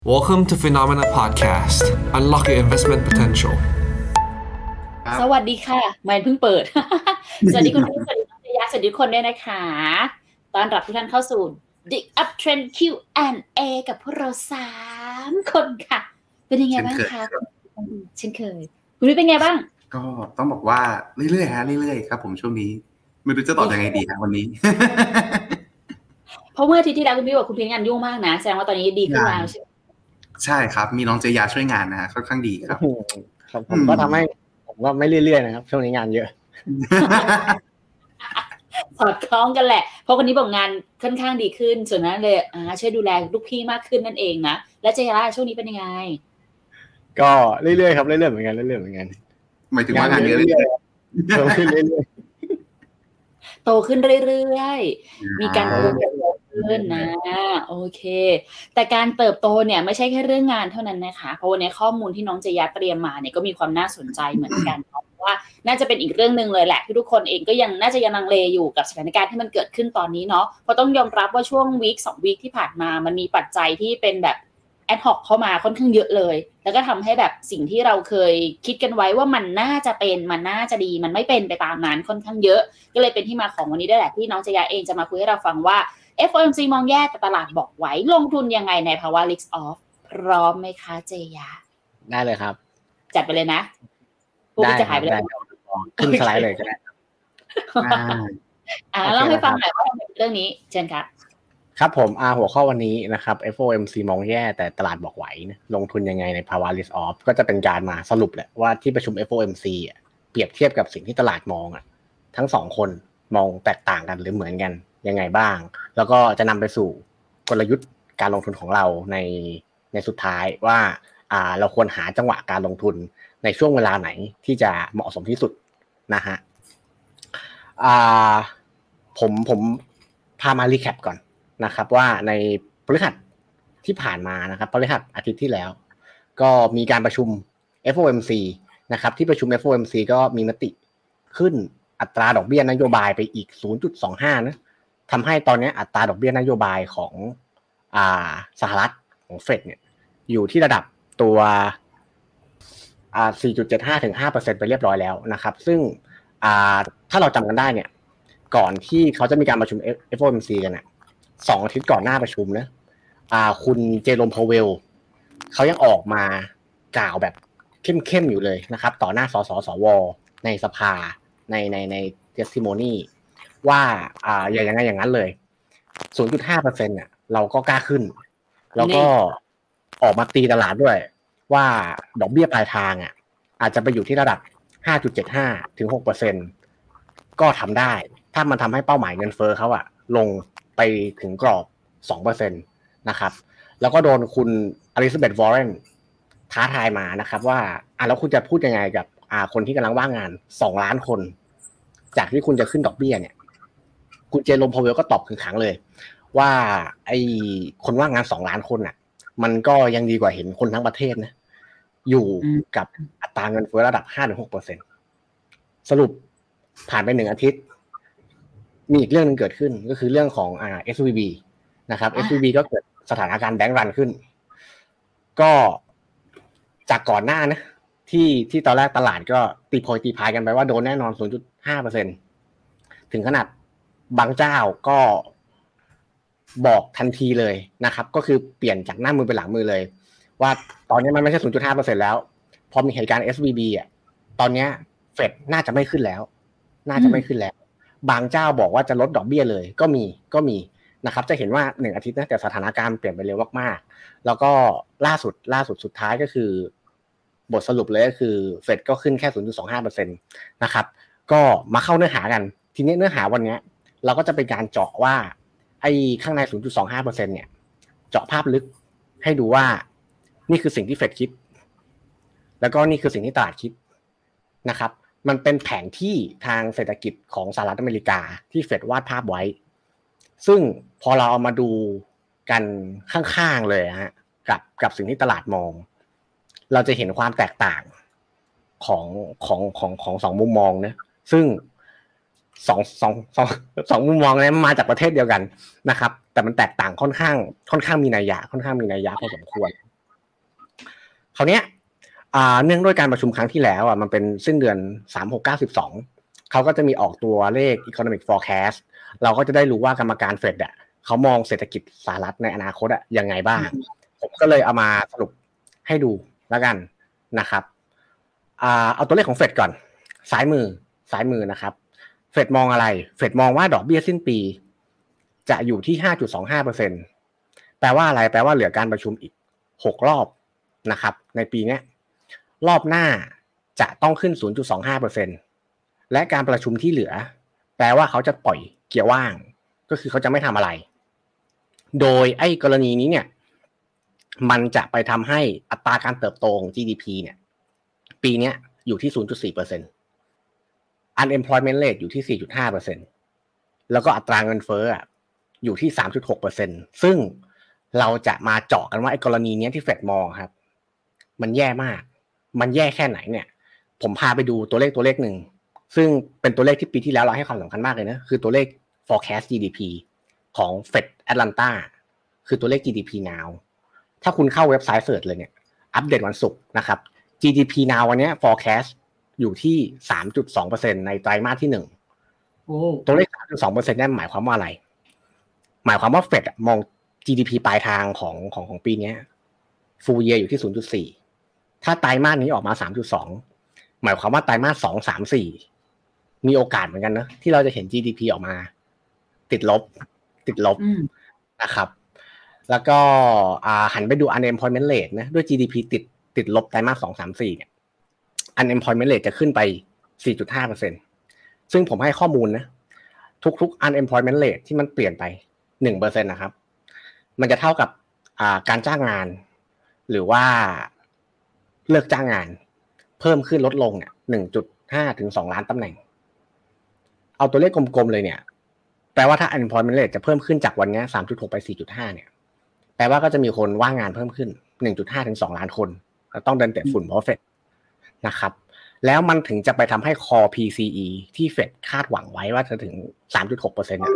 Welcome to Phenomena Podcast. Unlock your investment potential. สวัสดีค่ะไม่เพิ่งเปิด สวัสดีคุณผู้ชมสวัสดีน้องเจยะสวัสดีทุกคนด้วยนะคะต้อนรับทุกท่านเข้าสู่ The Uptrend Q&A กับพวกเรา3คนค่ะเป็นยังไงบ้างคะเช่นเคยคุณนุ้ยเป็นไงบ้างก็ต้องบอกว่าเรื่อยๆฮะเรื่อยๆครับผมช่วงนี้ไม่รู้จะตอบยังไงดีฮะวันนี้เพราะเมื่ออาทิตย์ที่แล้วคุณพี่บอกคุณพี่งานยุ่งมากนะแสดงว่าตอนนี้ดีขึ้นแล้วใช่ไหมใช่ครับมีน้องเจยาช่วยงานนะฮะค่อนข้างดีครับครับผมก็ทำให้ผมก็ไม่เรื่อยๆนะครับช่วงนี้งานเยอะสอดคล้องกันแหละเพราะคนนี้บอกงานค่อนข้างดีขึ้นส่วนนั้นเลยช่วยดูแลลูกพี่มากขึ้นนั่นเองนะและเจยาช่วงนี้เป็นยังไงก็เรื่อยๆครับเรื่อยๆเหมือนกันเรื่อยๆเหมือนกันหมายถึงว่างานเยอะเรื่อยๆโตขึ้นเรื่อยๆโตขึ้นเรื่อยๆมีการเติบโตขึ้นนะโอเคแต่การเติบโตเนี่ยไม่ใช่แค่เรื่องงานเท่านั้นนะคะเพราะวันนี้ข้อมูลที่น้องเจยาเตรียมมาเนี่ยก็มีความน่าสนใจเหมือนกันเพราะว่าน่าจะเป็นอีกเรื่องนึงเลยแหละที่ทุกคนเองก็ยังน่าจะยังลังเลอยู่กับสถานการณ์ที่มันเกิดขึ้นตอนนี้เนาะเพราะต้องยอมรับว่าช่วงวีค2วีคที่ผ่านมามันมีปัจจัยที่เป็นแบบแอดฮอกเข้ามาค่อนข้างเยอะเลยแล้วก็ทำให้แบบสิ่งที่เราเคยคิดกันไว้ว่ามันน่าจะเป็นมันน่าจะดีมันไม่เป็นไปตามนั้นค่อนข้างเยอะก็เลยเป็นที่มาของวันนี้ได้แหละที่น้องเจยาเองจะมาคุยให้เราฟังว่า FOMC มองแย่แต่ตลาดบอกไว้ลงทุนยังไงในภาวะ risk off พร้อมไหมคะเจยาได้เลยครับจัดไปเลยนะผู้จะหายไปเลยขึ้นสไลด์เลยก็ได้เล่าให้ฟังหน่อยว่าเรื่องนี้เชิญครับครับผมหัวข้อวันนี้นะครับ FOMC มองแย่แต่ตลาดบอกไหวลงทุนยังไงในภาวะ risk off ก็จะเป็นการมาสรุปแหละว่าที่ประชุม FOMC เปรียบเทียบกับสิ่งที่ตลาดมองทั้งสองคนมองแตกต่างกันหรือเหมือนกันยังไงบ้างแล้วก็จะนำไปสู่กลยุทธ์การลงทุนของเราในสุดท้ายว่าเราควรหาจังหวะการลงทุนในช่วงเวลาไหนที่จะเหมาะสมที่สุดนะฮะผมพามารีแคปก่อนนะครับว่าในพฤหัสที่ผ่านมานะครับพฤหัสอาทิตย์ที่แล้วก็มีการประชุม FOMC นะครับที่ประชุม FOMC ก็มีมติขึ้นอัตราดอกเบี้ยนโยบายไปอีก 0.25 นะทำให้ตอนนี้อัตราดอกเบี้ยนโยบายของสหรัฐของเฟดเนี่ยอยู่ที่ระดับตัว4.75 ถึง 5% ไปเรียบร้อยแล้วนะครับซึ่งถ้าเราจำกันได้เนี่ยก่อนที่เขาจะมีการประชุม FOMC กันน่ะ2 อาทิตย์ก่อนหน้าประชุมนะคุณเจโรม พาวเวลเขายังออกมากล่าวแบบเข้มๆอยู่เลยนะครับต่อหน้าสสสวในสภาใน testimony ว่าอย่างนั้นเลย 0.5% เนี่ยเราก็กล้าขึ้นแล้วก็ออกมาตีตลาดด้วยว่าดอกเบี้ยปลายทางอาจจะไปอยู่ที่ระดับ 5.75 ถึง 6% ก็ทำได้ถ้ามันทำให้เป้าหมายเงินเฟ้อเขาลงไปถึงกรอบ 2% นะครับแล้วก็โดนคุณอลิซาเบธ วอร์เรนท้าทายมานะครับว่าแล้วคุณจะพูดยังไงกับคนที่กำลังว่างงาน2 ล้านคนจากที่คุณจะขึ้นดอกเบี้ยเนี่ยคุณเจโรม พาวเวลก็ตอบขึงขังเลยว่าไอ้คนว่างงาน2 ล้านคนมันก็ยังดีกว่าเห็นคนทั้งประเทศนะอยู่กับอัตราเงินเฟ้อระดับ 5-6% สรุปผ่านไป1 อาทิตย์มีอีกเรื่องนึงเกิดขึ้นก็คือเรื่องของSVB นะครับ SVB ก็เกิดสถานการณ์แบงก์รันขึ้นก็จากก่อนหน้านะที่ตอนแรกตลาดก็ตีโพยตีพายกันไปว่าโดนแน่นอน 0.5% ถึงขนาดบางเจ้าก็บอกทันทีเลยนะครับก็คือเปลี่ยนจากหน้ามือเป็นหลังมือเลยว่าตอนนี้มันไม่ใช่ 0.5% แล้วพอมีเหตุการณ์ SVB ตอนนี้เฟดน่าจะไม่ขึ้นแล้วบางเจ้าบอกว่าจะลดดอกเบี้ยเลยก็มีนะครับจะเห็นว่า1 อาทิตย์นะแต่สถานการณ์เปลี่ยนไปเร็วมากๆแล้วก็ล่าสุดสุดท้ายก็คือบทสรุปเลยก็คือเฟดก็ขึ้นแค่ 0.25% นะครับก็มาเข้าเนื้อหากันทีนี้เนื้อหาวันนี้เราก็จะเป็นการเจาะว่าไอ้ข้างใน 0.25% เนี่ยเจาะภาพลึกให้ดูว่านี่คือสิ่งที่เฟดคิดแล้วก็นี่คือสิ่งที่ตลาดคิดนะครับมันเป็นแผนที่ทางเศรษฐกิจของสหรัฐอเมริกาที่เฟดวาดภาพไว้ซึ่งพอเราเอามาดูกันข้างๆเลยกับสิ่งที่ตลาดมองเราจะเห็นความแตกต่างของ2 มุมมองนะซึ่งสองมุมมองนี้มาจากประเทศเดียวกันนะครับแต่มันแตกต่างค่อนข้างมีนัยยะพอสมควรคราวเนี้ยเนื่องด้วยการประชุมครั้งที่แล้วมันเป็นสิ้นเดือน3692เขาก็จะมีออกตัวเลข economic forecast เราก็จะได้รู้ว่ากรรมการเฟดเขามองเศรษฐกิจสหรัฐในอนาคตยังไงบ้างผมก็เลยเอามาสรุปให้ดูแล้วกันนะครับเอาตัวเลขของเฟดก่อนซ้ายมือนะครับเฟดมองอะไรเฟดมองว่าดอกเบี้ยสิ้นปีจะอยู่ที่ 5.25% แปลว่าอะไรแปลว่าเหลือการประชุมอีก6รอบนะครับในปีนี้รอบหน้าจะต้องขึ้น 0.25% และการประชุมที่เหลือแปลว่าเขาจะปล่อยเกียร์ว่างก็คือเขาจะไม่ทำอะไรโดยไอ้กรณีนี้เนี่ยมันจะไปทำให้อัตราการเติบโตของ GDP เนี่ยปีนี้อยู่ที่ 0.4% unemployment rate อยู่ที่ 4.5% แล้วก็อัตราเงินเฟ้ออยู่ที่ 3.6% ซึ่งเราจะมาเจาะกันว่าไอ้กรณีนี้ที่เฟดมองครับมันแย่มากมันแย่แค่ไหนเนี่ยผมพาไปดูตัวเลขหนึ่งซึ่งเป็นตัวเลขที่ปีที่แล้วเราให้ความสำคัญมากเลยนะคือตัวเลข forecast GDP ของ Fed Atlanta คือตัวเลข GDP now ถ้าคุณเข้าเว็บไซต์เสิร์ชเลยเนี่ยอัปเดตวันศุกร์นะครับ GDP now วันนี้ forecast อยู่ที่ 3.2% ในไตรมาสที่1โอ้ตัวเลข 3.2% นั่นหมายความว่าอะไรหมายความว่า Fed มอง GDP ปลายทางของปีนี้ full year อยู่ที่ 0.4 ถ้าไตรมาสนี้ออกมา 3.2 หมายความว่าไตรมาส2 3 4มีโอกาสเหมือนกันนะที่เราจะเห็น GDP ออกมาติดลบนะครับแล้วก็หันไปดู unemployment rate นะด้วย GDP ติดลบไตรมาส2 3 4เนี่ย unemployment rate จะขึ้นไป 4.5% ซึ่งผมให้ข้อมูลนะทุก unemployment rate ที่มันเปลี่ยนไป 1% นะครับมันจะเท่ากับการจ้างงานหรือว่าเลิกจ้างงานเพิ่มขึ้นลดลงเนี่ย 1.5 ถึง 2 ล้านตำแหน่งเอาตัวเลขกลมๆเลยเนี่ยแปลว่าถ้า unemployment rate จะเพิ่มขึ้นจากวันนี้ 3.6 ไป 4.5 เนี่ยแปลว่าก็จะมีคนว่างงานเพิ่มขึ้น 1.5 ถึง 2 ล้านคนแล้วต้องเดินเตะฝุ่นเพราะเฟดนะครับแล้วมันถึงจะไปทำให้ core PCE ที่เฟดคาดหวังไว้ว่าจะถึง 3.6% เนี่ย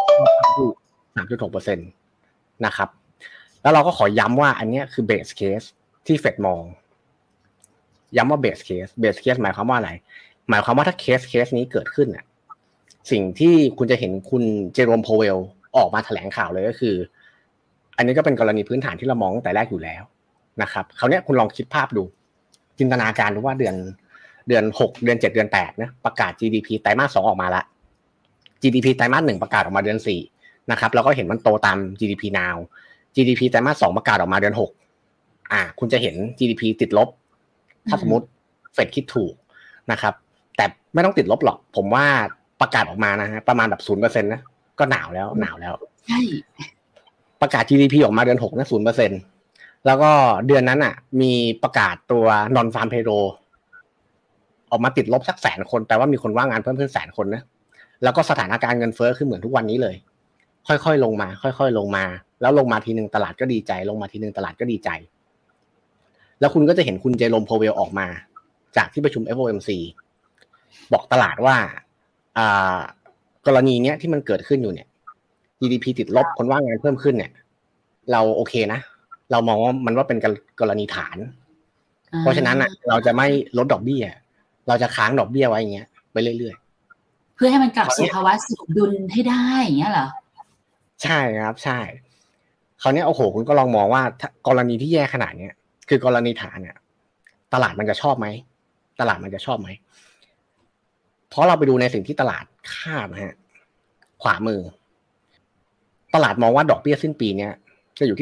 3.6% นะครับแล้วเราก็ขอย้ำว่าอันนี้คือ base case ที่เฟดมองย้ำว่า base case หมายความว่าอะไรหมายความว่าถ้าเคสนี้เกิดขึ้นน่ะสิ่งที่คุณจะเห็นคุณเจโรม โพเวลออกมาแถลงข่าวเลยก็คืออันนี้ก็เป็นกรณีพื้นฐานที่เรามองตั้งแต่แรกอยู่แล้วนะครับคราวนี้คุณลองคิดภาพดูจินตนาการดูว่าเดือน6เดือน7เดือน8นะประกาศ GDP ไตรมาส2ออกมาละ GDP ไตรมาส1ประกาศออกมาเดือน4นะครับแล้วก็เห็นมันโตตาม GDP now GDP ไตรมาส2ประกาศออกมาเดือน6คุณจะเห็น GDP ติดลบถ้าสมมุติเฟดคิดถูกนะครับแต่ไม่ต้องติดลบหรอกผมว่าประกาศออกมานะฮะประมาณแบบ 0% นะก็หนาวแล้วใช่ประกาศ GDP ออกมาเดือน6นะ 0% แล้วก็เดือนนั้นมีประกาศตัว non farm payroll ออกมาติดลบสัก100,000 คนแปลว่ามีคนว่างงานเพิ่มขึ้น100,000 คนนะแล้วก็สถานการณ์เงินเฟ้อคือเหมือนทุกวันนี้เลยค่อยๆลงมาแล้วลงมาทีนึงตลาดก็ดีใจลงมาทีนึงตลาดก็ดีใจแล้วคุณก็จะเห็นคุณเจโรม โพเวลออกมาจากที่ประชุม FOMC บอกตลาดว่ากรณีเนี้ยที่มันเกิดขึ้นอยู่เนี่ย GDP ติดลบคนว่างงานเพิ่มขึ้นเนี่ยเราโอเคนะเรามองว่ามันว่าเป็นกรณีฐานเพราะฉะนั้นเราจะไม่ลดดอกเบี้ยเราจะค้างดอกเบี้ยไว้อย่างเงี้ยไปเรื่อยๆเพื่อให้มันกลับสู่ภาวะสมดุลให้ได้อย่างเงี้ยเหรอใช่ครับใช่คราวนี้โอ้โหคุณก็ลองมองว่ากรณีที่แย่ขนาดเนี้ยคือกรณีฐานเนี่ยตลาดมันจะชอบไหมเพราะเราไปดูในสิ่งที่ตลาดคาดนะฮะขวามือตลาดมองว่าดอกเบี้ยสิ้นปีเนี้ยจะอยู่ที่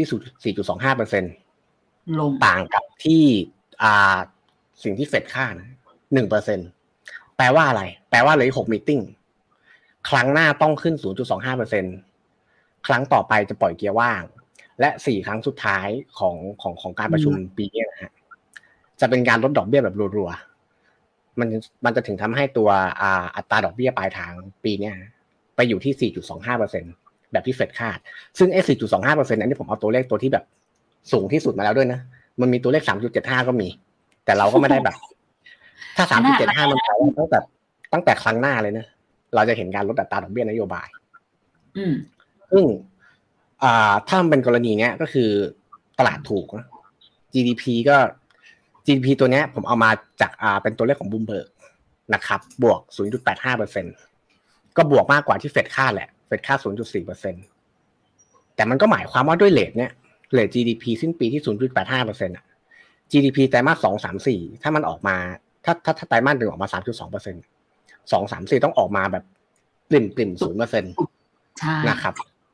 4.25% ลงต่างกับที่สิ่งที่เฟดคาดนะ 1% แปลว่าอะไรแปลว่าเหลือ6มีตติ้งครั้งหน้าต้องขึ้น 0.25% ครั้งต่อไปจะปล่อยเกียร์ว่างและ4ครั้งสุดท้ายของการประชุมปีนี้นะฮะจะเป็นการลดดอกเบี้ยแบบรัวๆมันจะถึงทำให้ตัวอัตราดอกเบี้ยปลายทางปีนี้ไปอยู่ที่ 4.25% แบบที่เฟดคาดซึ่งไอ้ 4.25% อันนี้ผมเอาตัวเลขตัวที่แบบสูงที่สุดมาแล้วด้วยนะมันมีตัวเลข 3.75 ก็มีแต่เราก็ไม่ได้แบบถ้า 3.75 มันแปลว่าตั้งแต่ครั้งหน้าเลยนะเราจะเห็นการลดอัตราดอกเบี้ยนโยบายซึ่งถ้ามันเป็นกรณีเนี้ยก็คือตลาดถูกนะ GDP ก็ GDP ตัวเนี้ยผมเอามาจากเป็นตัวเลขของ Bloomberg นะครับบวก 0.85% ก็บวกมากกว่าที่เฟดคาดแหละเฟดคาด 0.4% แต่มันก็หมายความว่าด้วยเรทเนี้ยเรท GDP สิ้นปีที่ 0.85% อ่ะ GDP ไตรมาส2 3 4ถ้ามันออกมาถ้าไตรมาส1ออกมา 3.2% 2 3 4ต้องออกมาแบบปริ่ม 0% ใช่นะครับ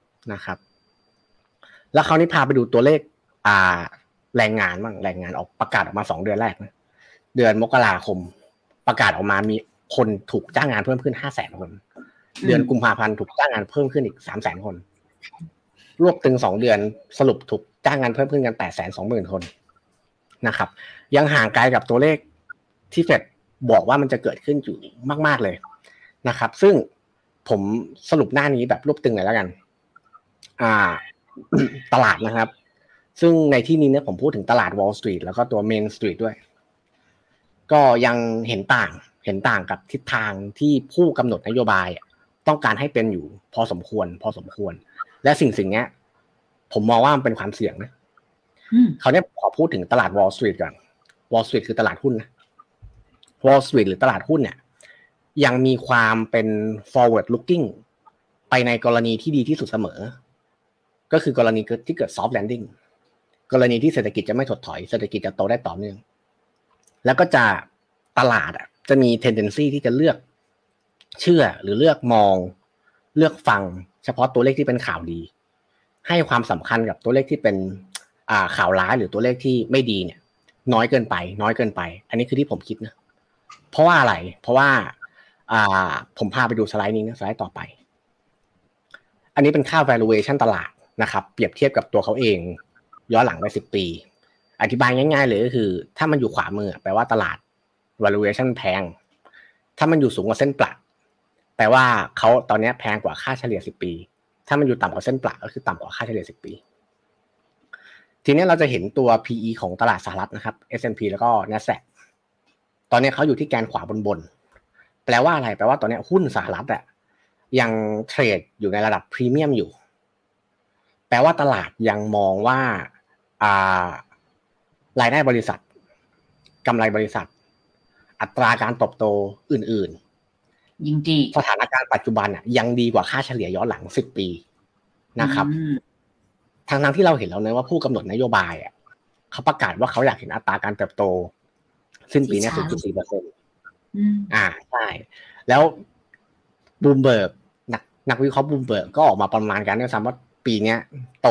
แล้วคราวนี้พาไปดูตัวเลขแรงงานบ้างแรงงานออกประกาศออกมา2เดือนแรกนะเดือนมกราคมประกาศออกมามีคนถูกจ้างงานเพิ่มขึ้น 500,000 คนเดือนกุมภาพันธ์ถูกจ้างงานเพิ่มขึ้นอีก 300,000 คนรวบตึง2เดือนสรุปถูกจ้างงานเพิ่มขึ้นกัน 820,000 คนนะครับยังห่างไกลกับตัวเลขที่เฟดบอกว่ามันจะเกิดขึ้นอยู่มากๆเลยนะครับซึ่งผมสรุปหน้านี้แบบรวบตึงเลยแล้วกันตลาดนะครับซึ่งในที่นี้เนี่ยผมพูดถึงตลาด Wall Street แล้วก็ตัว Main Street ด้วยก็ยังเห็นต่างกับทิศทางที่ผู้กำหนดนโยบายต้องการให้เป็นอยู่พอสมควรและสิ่งเนี้ยผมมองว่ามันเป็นความเสี่ยงนะเขาเนี่ยขอพูดถึงตลาด Wall Street ก่อน Wall Street คือตลาดหุ้นนะ Wall Street หรือตลาดหุ้นเนี่ยยังมีความเป็น forward looking ไปในกรณีที่ดีที่สุดเสมอก็คือกรณีที่เกิด soft landing กรณีที่เศรษฐกิจจะไม่ถดถอยเศรษฐกิจจะโตได้ต่อเนื่องแล้วก็จะตลาดจะมี tendency ที่จะเลือกเชื่อหรือเลือกมองเลือกฟังเฉพาะตัวเลขที่เป็นข่าวดีให้ความสำคัญกับตัวเลขที่เป็นข่าวร้ายหรือตัวเลขที่ไม่ดีเนี่ยน้อยเกินไปอันนี้คือที่ผมคิดนะเพราะว่าอะไรเพราะว่าผมพาไปดูสไลด์นี้นะสไลด์ต่อไปอันนี้เป็นค่า valuation ตลาดนะครับเปรียบเทียบกับตัวเขาเองย้อนหลังไป10 ปีอธิบายง่ายๆเลยก็คือถ้ามันอยู่ขวามือแปลว่าตลาด valuation แพงถ้ามันอยู่สูงกว่าเส้นประแปลว่าเขาตอนนี้แพงกว่าค่าเฉลี่ย10 ปีถ้ามันอยู่ต่ำกว่าเส้นประก็คือต่ำกว่าค่าเฉลี่ย10 ปีทีนี้เราจะเห็นตัว PE ของตลาดสหรัฐนะครับ S&P แล้วก็ Nasdaq ตอนนี้เขาอยู่ที่แกนขวาบนแปลว่าอะไรแปลว่าตอนนี้หุ้นสหรัฐยังเทรดอยู่ในระดับพรีเมียมอยู่แปลว่าตลาดยังมองว่ารายได้บริษัทกำไรบริษัทอัตราการเติบโตอื่นๆยิ่งดีสถานการณ์ปัจจุบันยังดีกว่าค่าเฉลี่ยย้อนหลัง10 ปีนะครับทั้งที่เราเห็นแล้วนะว่าผู้กำหนดนโยบายเขาประกาศว่าเขาอยากเห็นอัตราการเติบโตสิ้นปีนี้ 0.4% ใช่แล้วบูมเบิร์กนักวิเคราะห์บูมเบิร์กก็ออกมาประมาณกันด้วยซ้ำว่าปีนี้โต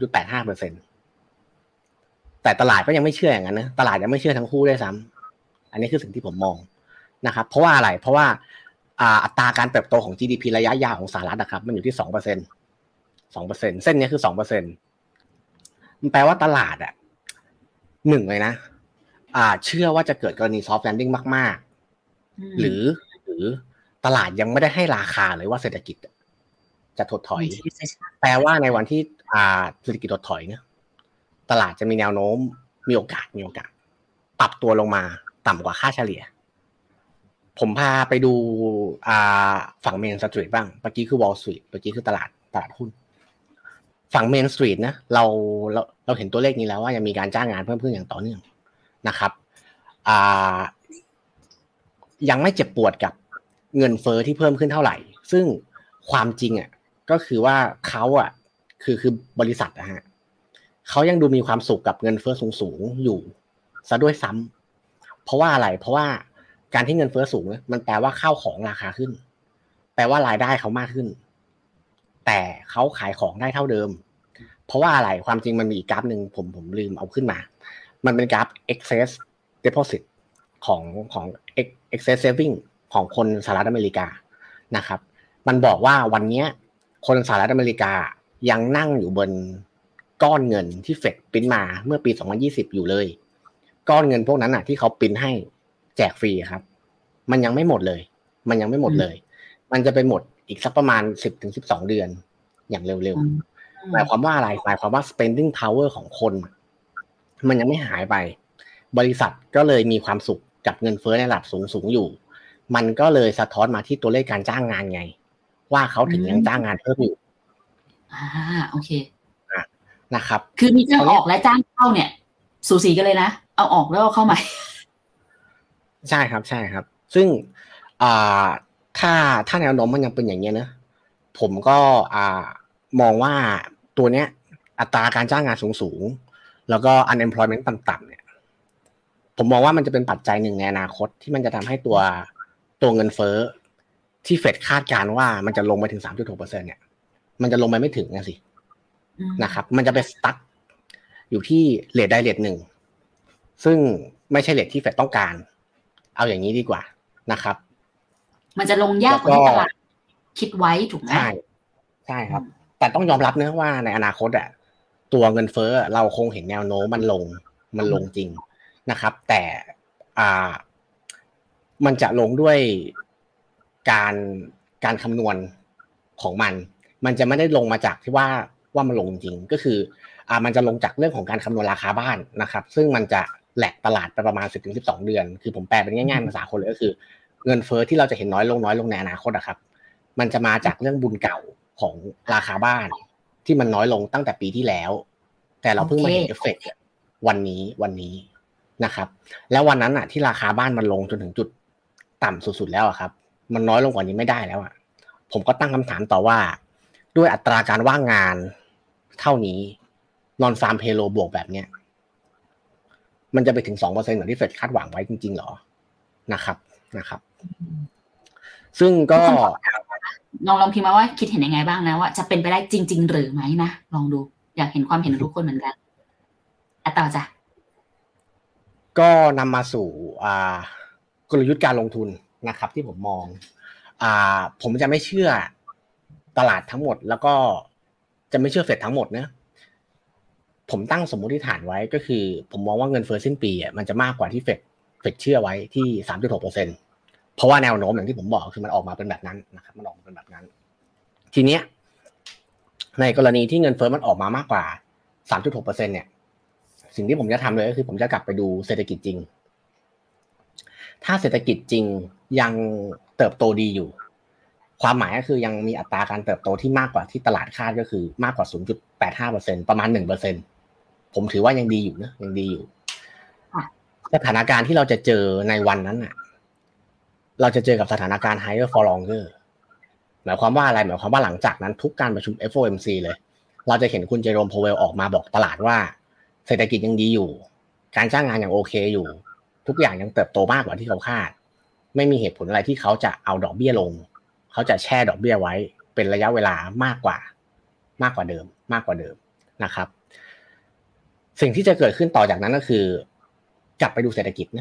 0.85% แต่ตลาดก็ยังไม่เชื่ออย่างนั้นนะตลาดยังไม่เชื่อทั้งคู่ด้วยซ้ำอันนี้คือสิ่งที่ผมมองนะครับเพราะว่าอะไรเพราะว่าอัตราการเติบโตของ GDP ระยะยาวของสหรัฐนะครับมันอยู่ที่ 2% เส้นนี้คือ 2% มันแปลว่าตลาดหนึ่งเลยนะเชื่อว่าจะเกิดกรณี soft landing มากๆหรือตลาดยังไม่ได้ให้ราคาเลยว่าเศรษฐกิจจะถดถอยแปลว่าในวันที่เศรษฐกิจถดถอยเนี่ยตลาดจะมีแนวโน้มมีโอกาสปรับตัวลงมาต่ำกว่าค่าเฉลี่ยผมพาไปดูฝั่ง Main Street บ้างเมื่อกี้คือ Wall Street เมื่อกี้คือตลาดหุ้นฝั่ง Main Street นะเราเห็นตัวเลขนี้แล้วว่ายังมีการจ้างงานเพิ่มขึ้นอย่างต่อเนื่องนะครับยังไม่เจ็บปวดกับเงินเฟ้อที่เพิ่มขึ้นเท่าไหร่ซึ่งความจริงก็คือว่าเขาคือบริษัทเขายังดูมีความสุขกับเงินเฟ้อสูงอยู่ซะด้วยซ้ำเพราะว่าอะไรเพราะว่าการที่เงินเฟ้อสูงมันแปลว่าข้าวของราคาขึ้นแปลว่ารายได้เขามากขึ้นแต่เขาขายของได้เท่าเดิมเพราะว่าอะไรความจริงมันมีอีกกราฟนึงผมลืมเอาขึ้นมามันเป็นกราฟ excess deposit ของ excess saving ของคนสหรัฐอเมริกานะครับมันบอกว่าวันนี้คนสหรัฐอเมริกายังนั่งอยู่บนก้อนเงินที่เฟดปริ้นมาเมื่อปี2020อยู่เลยก้อนเงินพวกนั้นที่เขาปริ้นให้แจกฟรีครับมันยังไม่หมดเลยมันจะไปหมดอีกสักประมาณ 10-12 เดือนอย่างเร็วๆหมายความว่าอะไรหมายความว่า spending power ของคนมันยังไม่หายไปบริษัทก็เลยมีความสุขกับเงินเฟ้อในระดับสูงอยู่มันก็เลยสะท้อนมาที่ตัวเลขการจ้างงานไงว่าเขาถึงยังจ้างงานเพิ่มอยู่โอเคนะครับคือมีจ้างออกและจ้างเข้าเนี่ยสูสีกันเลยนะเอาออกแล้วเอาเข้าใหม่ใช่ครับใช่ครับซึ่งอ่าถ้าแนวโน้มมันยังเป็นอย่างเงี้ยนะผมก็มองว่าตัวเนี้ยอัตราการจ้างงานสูงๆแล้วก็ unemployment ต่ำๆเนี่ยผมมองว่ามันจะเป็นปัจจัยหนึ่งในอนาคตที่มันจะทำให้ตัวเงินเฟ้อที่เฟดคาดการณ์ว่ามันจะลงไปถึง 3.6% เนี่ยมันจะลงไปไม่ถึงนะสินะครับมันจะไปสตั๊กอยู่ที่เรทใดเรทหนึ่งซึ่งไม่ใช่เรทที่เฟดต้องการเอาอย่างนี้ดีกว่านะครับมันจะลงยากกว่าที่ตลาดคิดไว้ถูกไหมใช่ครับแต่ต้องยอมรับนะว่าในอนาคตอ่ะตัวเงินเฟ้อเราคงเห็นแนวโน้มมันลงจริงนะครับแต่มันจะลงด้วยการคำนวณของมันจะไม่ได้ลงมาจากที่ว่ามันลงจริงก็คือมันจะลงจากเรื่องของการคำนวณราคาบ้านนะครับซึ่งมันจะแหลกตลาดไปประมาณ 10-12 เดือนคือผมแปลเป็นง่ายๆภาษาคนเลยก็คือเงินเฟ้อที่เราจะเห็นน้อยลงในอนาคตนะครับมันจะมาจากเรื่องบุญเก่าของราคาบ้านที่มันน้อยลงตั้งแต่ปีที่แล้วแต่เราเพิ่งมาเห็นเอฟเฟกต์วันนี้นะครับแล้ววันนั้นที่ราคาบ้านมันลงจนถึงจุดต่ำสุดๆแล้วครับมันน้อยลงกว่านี้ไม่ได้แล้วผมก็ตั้งคำถามต่อว่าด้วยอัตราการว่างงานเท่านี้นอนฟาร์มเพโลบวกแบบเนี้ยมันจะไปถึง 2% เหมือนที่เฟดคาดหวังไว้จริงๆหรอนะครับซึ่งก็ลองพิมพ์มาว่าคิดเห็นยังไงบ้างนะว่าจะเป็นไปได้จริงๆหรือไม่นะลองดูอยากเห็นความเห็นทุกคนเหมือนกันต่อจ้ะก็นำมาสู่กลยุทธ์การลงทุนนะครับที่ผมมองผมจะไม่เชื่อตลาดทั้งหมดแล้วก็จะไม่เชื่อเฟดทั้งหมดนะผมตั้งสมมติฐานไว้ก็คือผมมองว่าเงินเฟ้อสิ้นปีมันจะมากกว่าที่เฟดเชื่อไว้ที่ 3.6% เพราะว่าแนวโน้มอย่างที่ผมบอกคือมันออกมาเป็นแบบนั้นนะครับมันออกมาเป็นแบบนั้นทีเนี้ยในกรณีที่เงินเฟ้อมันออกมามากกว่า 3.6% เนี่ยสิ่งที่ผมจะทำเลยก็คือผมจะกลับไปดูเศรษฐกิจจริงถ้าเศรษฐกิจจริงยังเติบโตดีอยู่ความหมายก็คือยังมีอัตราการเติบโตที่มากกว่าที่ตลาดคาดก็คือมากกว่า 0.85% ประมาณ 1% ผมถือว่ายังดีอยู่นะยังดีอยู่สถานการณ์ที่เราจะเจอในวันนั้นเราจะเจอกับสถานการณ์ higher for longer หมายความว่าอะไรหมายความว่าหลังจากนั้นทุกการประชุม FOMC เลยเราจะเห็นคุณเจโรม พาวเวลออกมาบอกตลาดว่าเศรษฐกิจยังดีอยู่การจ้างงานยังโอเคอยู่ทุกอย่างยังเติบโตมากกว่าที่เขาคาดไม่มีเหตุผลอะไรที่เขาจะเอาดอกเบี้ยลงเขาจะแช่ดอกเบี้ยไว้เป็นระยะเวลามากกว่าเดิมนะครับสิ่งที่จะเกิดขึ้นต่อจากนั้นก็คือกลับไปดูเศรษฐกิจ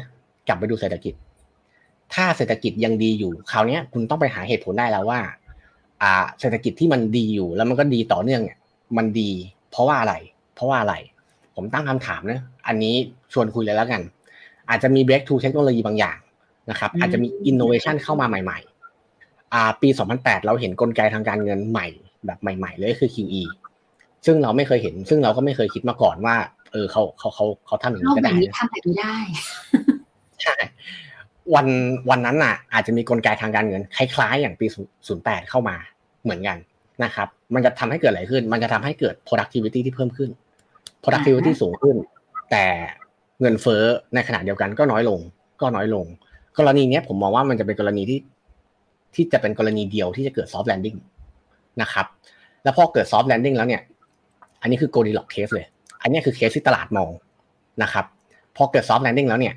ถ้าเศรษฐกิจยังดีอยู่คราวนี้คุณต้องไปหาเหตุผลได้แล้วว่าเศรษฐกิจที่มันดีอยู่แล้วมันก็ดีต่อเนื่องเนี่ยมันดีเพราะว่าอะไรผมตั้งคำถามนะอันนี้ชวนคุยเลยแล้วกันอาจจะมี breakthrough เทคโนโลยีบางอย่างนะครับอาจจะมี innovation เข้ามาใหม่ๆปี 2008เราเห็นกลไกทางการเงินใหม่แบบใหม่ๆเลยคือ QE ซึ่งเราไม่เคยเห็นซึ่งเราก็ไม่เคยคิดมาก่อนว่าเขาทำอย่างนี้ก็ได้ทำแบบนี้ได้ใช่วันนั้นอาจจะมีกลไกทางการเงินคล้ายๆอย่างปี 08 เข้ามาเหมือนกันนะครับมันจะทำให้เกิดอะไรขึ้นมันจะทำให้เกิด productivity ที่เพิ่มขึ้น productivity สูงขึ้นแต่เงินเฟ้อในขณะเดียวกันก็น้อยลงกรณีนี้ผมมองว่ามันจะเป็นกรณีที่จะเป็นกรณีเดียวที่จะเกิด soft landing นะครับแล้วพอเกิด soft landing แล้วเนี่ยอันนี้คือ Goldilocks case เลยอันนี้คือเคสที่ตลาดมองนะครับพอเกิด soft landing แล้วเนี่ย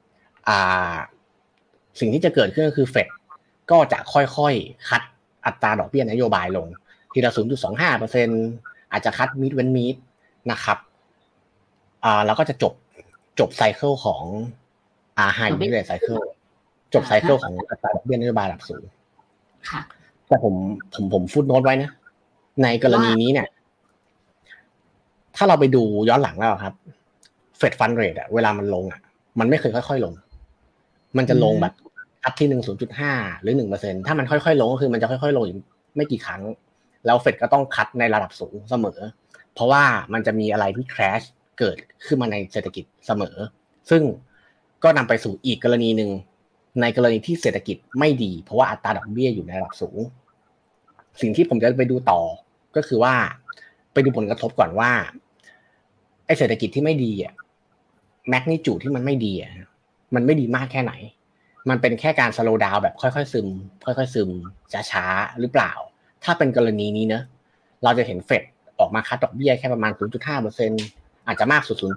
สิ่งที่จะเกิดขึ้นก็คือเฟดก็จะค่อยๆคัดอัตราดอกเบี้ยนโยบายลงทีละ 0.25% อาจจะคัดมิดเว้นมิดนะครับแล้วก็จะจบไซเคิลของhigh interest cycle จบไซเคิลของอัตราดอกเบี้ยนโยบายระดับสูงค่ะแต่ผมฟุตโน้ตไว้นะในกรณีนี้เนี่ยถ้าเราไปดูย้อนหลังแล้วครับเฟดฟันเรทเวลามันลงมันไม่เคยค่อยๆลงมันจะลงแบบคัดที่ 0.5 หรือ 1% ถ้ามันค่อยๆลงก็คือมันจะค่อยๆลงอีกไม่กี่ครั้งแล้วเฟดก็ต้องคัดในระดับสูงเสมอเพราะว่ามันจะมีอะไรที่แครชเกิดขึ้นมาในเศรษฐกิจเสมอซึ่งก็นำไปสู่อีกกรณีนึงในกรณีที่เศรษฐกิจไม่ดีเพราะว่าอัตราดอกเบี้ยอยู่ในระดับสูงสิ่งที่ผมจะไปดูต่อก็คือว่าไปดูผลกระทบก่อนว่าไอ้เศรษฐกิจที่ไม่ดีแมกนิจูดที่มันไม่ดีอ่ะมันไม่ดีมากแค่ไหนมันเป็นแค่การสโลว์ดาวน์แบบค่อยๆซึมค่อยๆซึมช้าๆหรือเปล่าถ้าเป็นกรณีนี้เนอะเราจะเห็นเฟดออกมาคัดดอกเบี้ยแค่ประมาณ 0.5% อาจจะมากสุด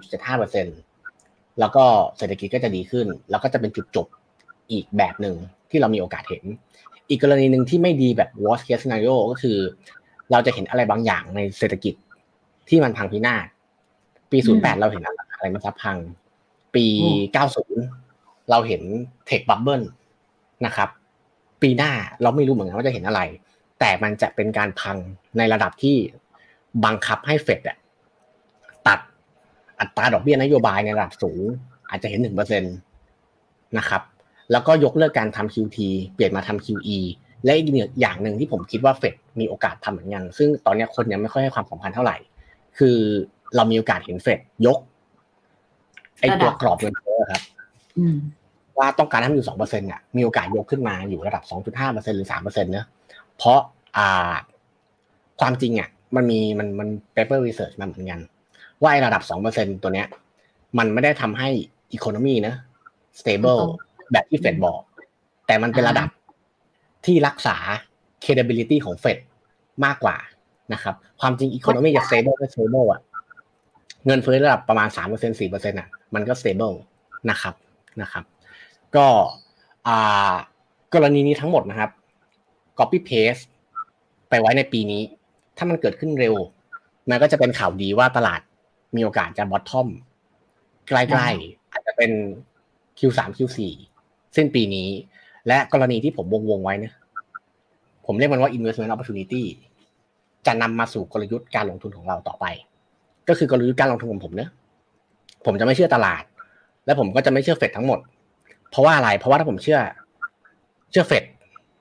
0.75% แล้วก็เศรษฐกิจก็จะดีขึ้นแล้วก็จะเป็นจุดจบอีกแบบนึงที่เรามีโอกาสเห็นอีกกรณีนึงที่ไม่ดีแบบ worst case scenario ก็คือเราจะเห็นอะไรบางอย่างในเศรษฐกิจที่มันพังพินาศปี08เราเห็นอะไรมันซับพังปี90เราเห็น tech bubble นะครับปีหน้าเราไม่รู้เหมือนกันว่าจะเห็นอะไรแต่มันจะเป็นการพังในระดับที่บังคับให้เฟดตัดอัตราดอกเบี้ยนโยบายในระดับสูงอาจจะเห็น 1% นะครับแล้วก็ยกเลิกการทำ QT เปลี่ยนมาทำ QE และอีกอย่างนึงที่ผมคิดว่าเฟดมีโอกาสทำเหมือนกันซึ่งตอนนี้คนยังไม่ค่อยให้ความสำคัญเท่าไหร่คือเรามีโอกาสเห็นเฟดยกไอ้ตัวกรอบเงินเฟ้อครับว่าต้องการให้มันอยู่ 2% น่ะมีโอกาสยกขึ้นมาอยู่ระดับ 2.5% หรือ 3% เนอะเพราะความจริงมัน paper research มาเหมือนกันว่าไอ้ระดับ 2% ตัวเนี้ยมันไม่ได้ทำให้ economy นะ stable แบบที่เฟดบอกแต่มันเป็นระดับที่รักษา credibility ของเฟดมากกว่านะครับความจริง economy จะ stable ก็ stable อ่ะเงินเฟ้อระดับประมาณ 3% 4% อ่ะมันก็ stable นะครับก็กรณีนี้ทั้งหมดนะครับ copy paste ไปไว้ในปีนี้ถ้ามันเกิดขึ้นเร็วมันก็จะเป็นข่าวดีว่าตลาดมีโอกาสจะ bottom ใกล้ๆอาจจะเป็น Q3 Q4 สิ้นปีนี้และกรณีที่ผมวงไว้นะผมเรียกมันว่า investment opportunity จะนำมาสู่กลยุทธ์การลงทุนของเราต่อไปก็คือกลยุทธ์การลงทุนของผมเนะผมจะไม่เชื่อตลาดและผมก็จะไม่เชื่อเฟดทั้งหมดเพราะว่าอะไรเพราะว่าถ้าผมเชื่อเฟด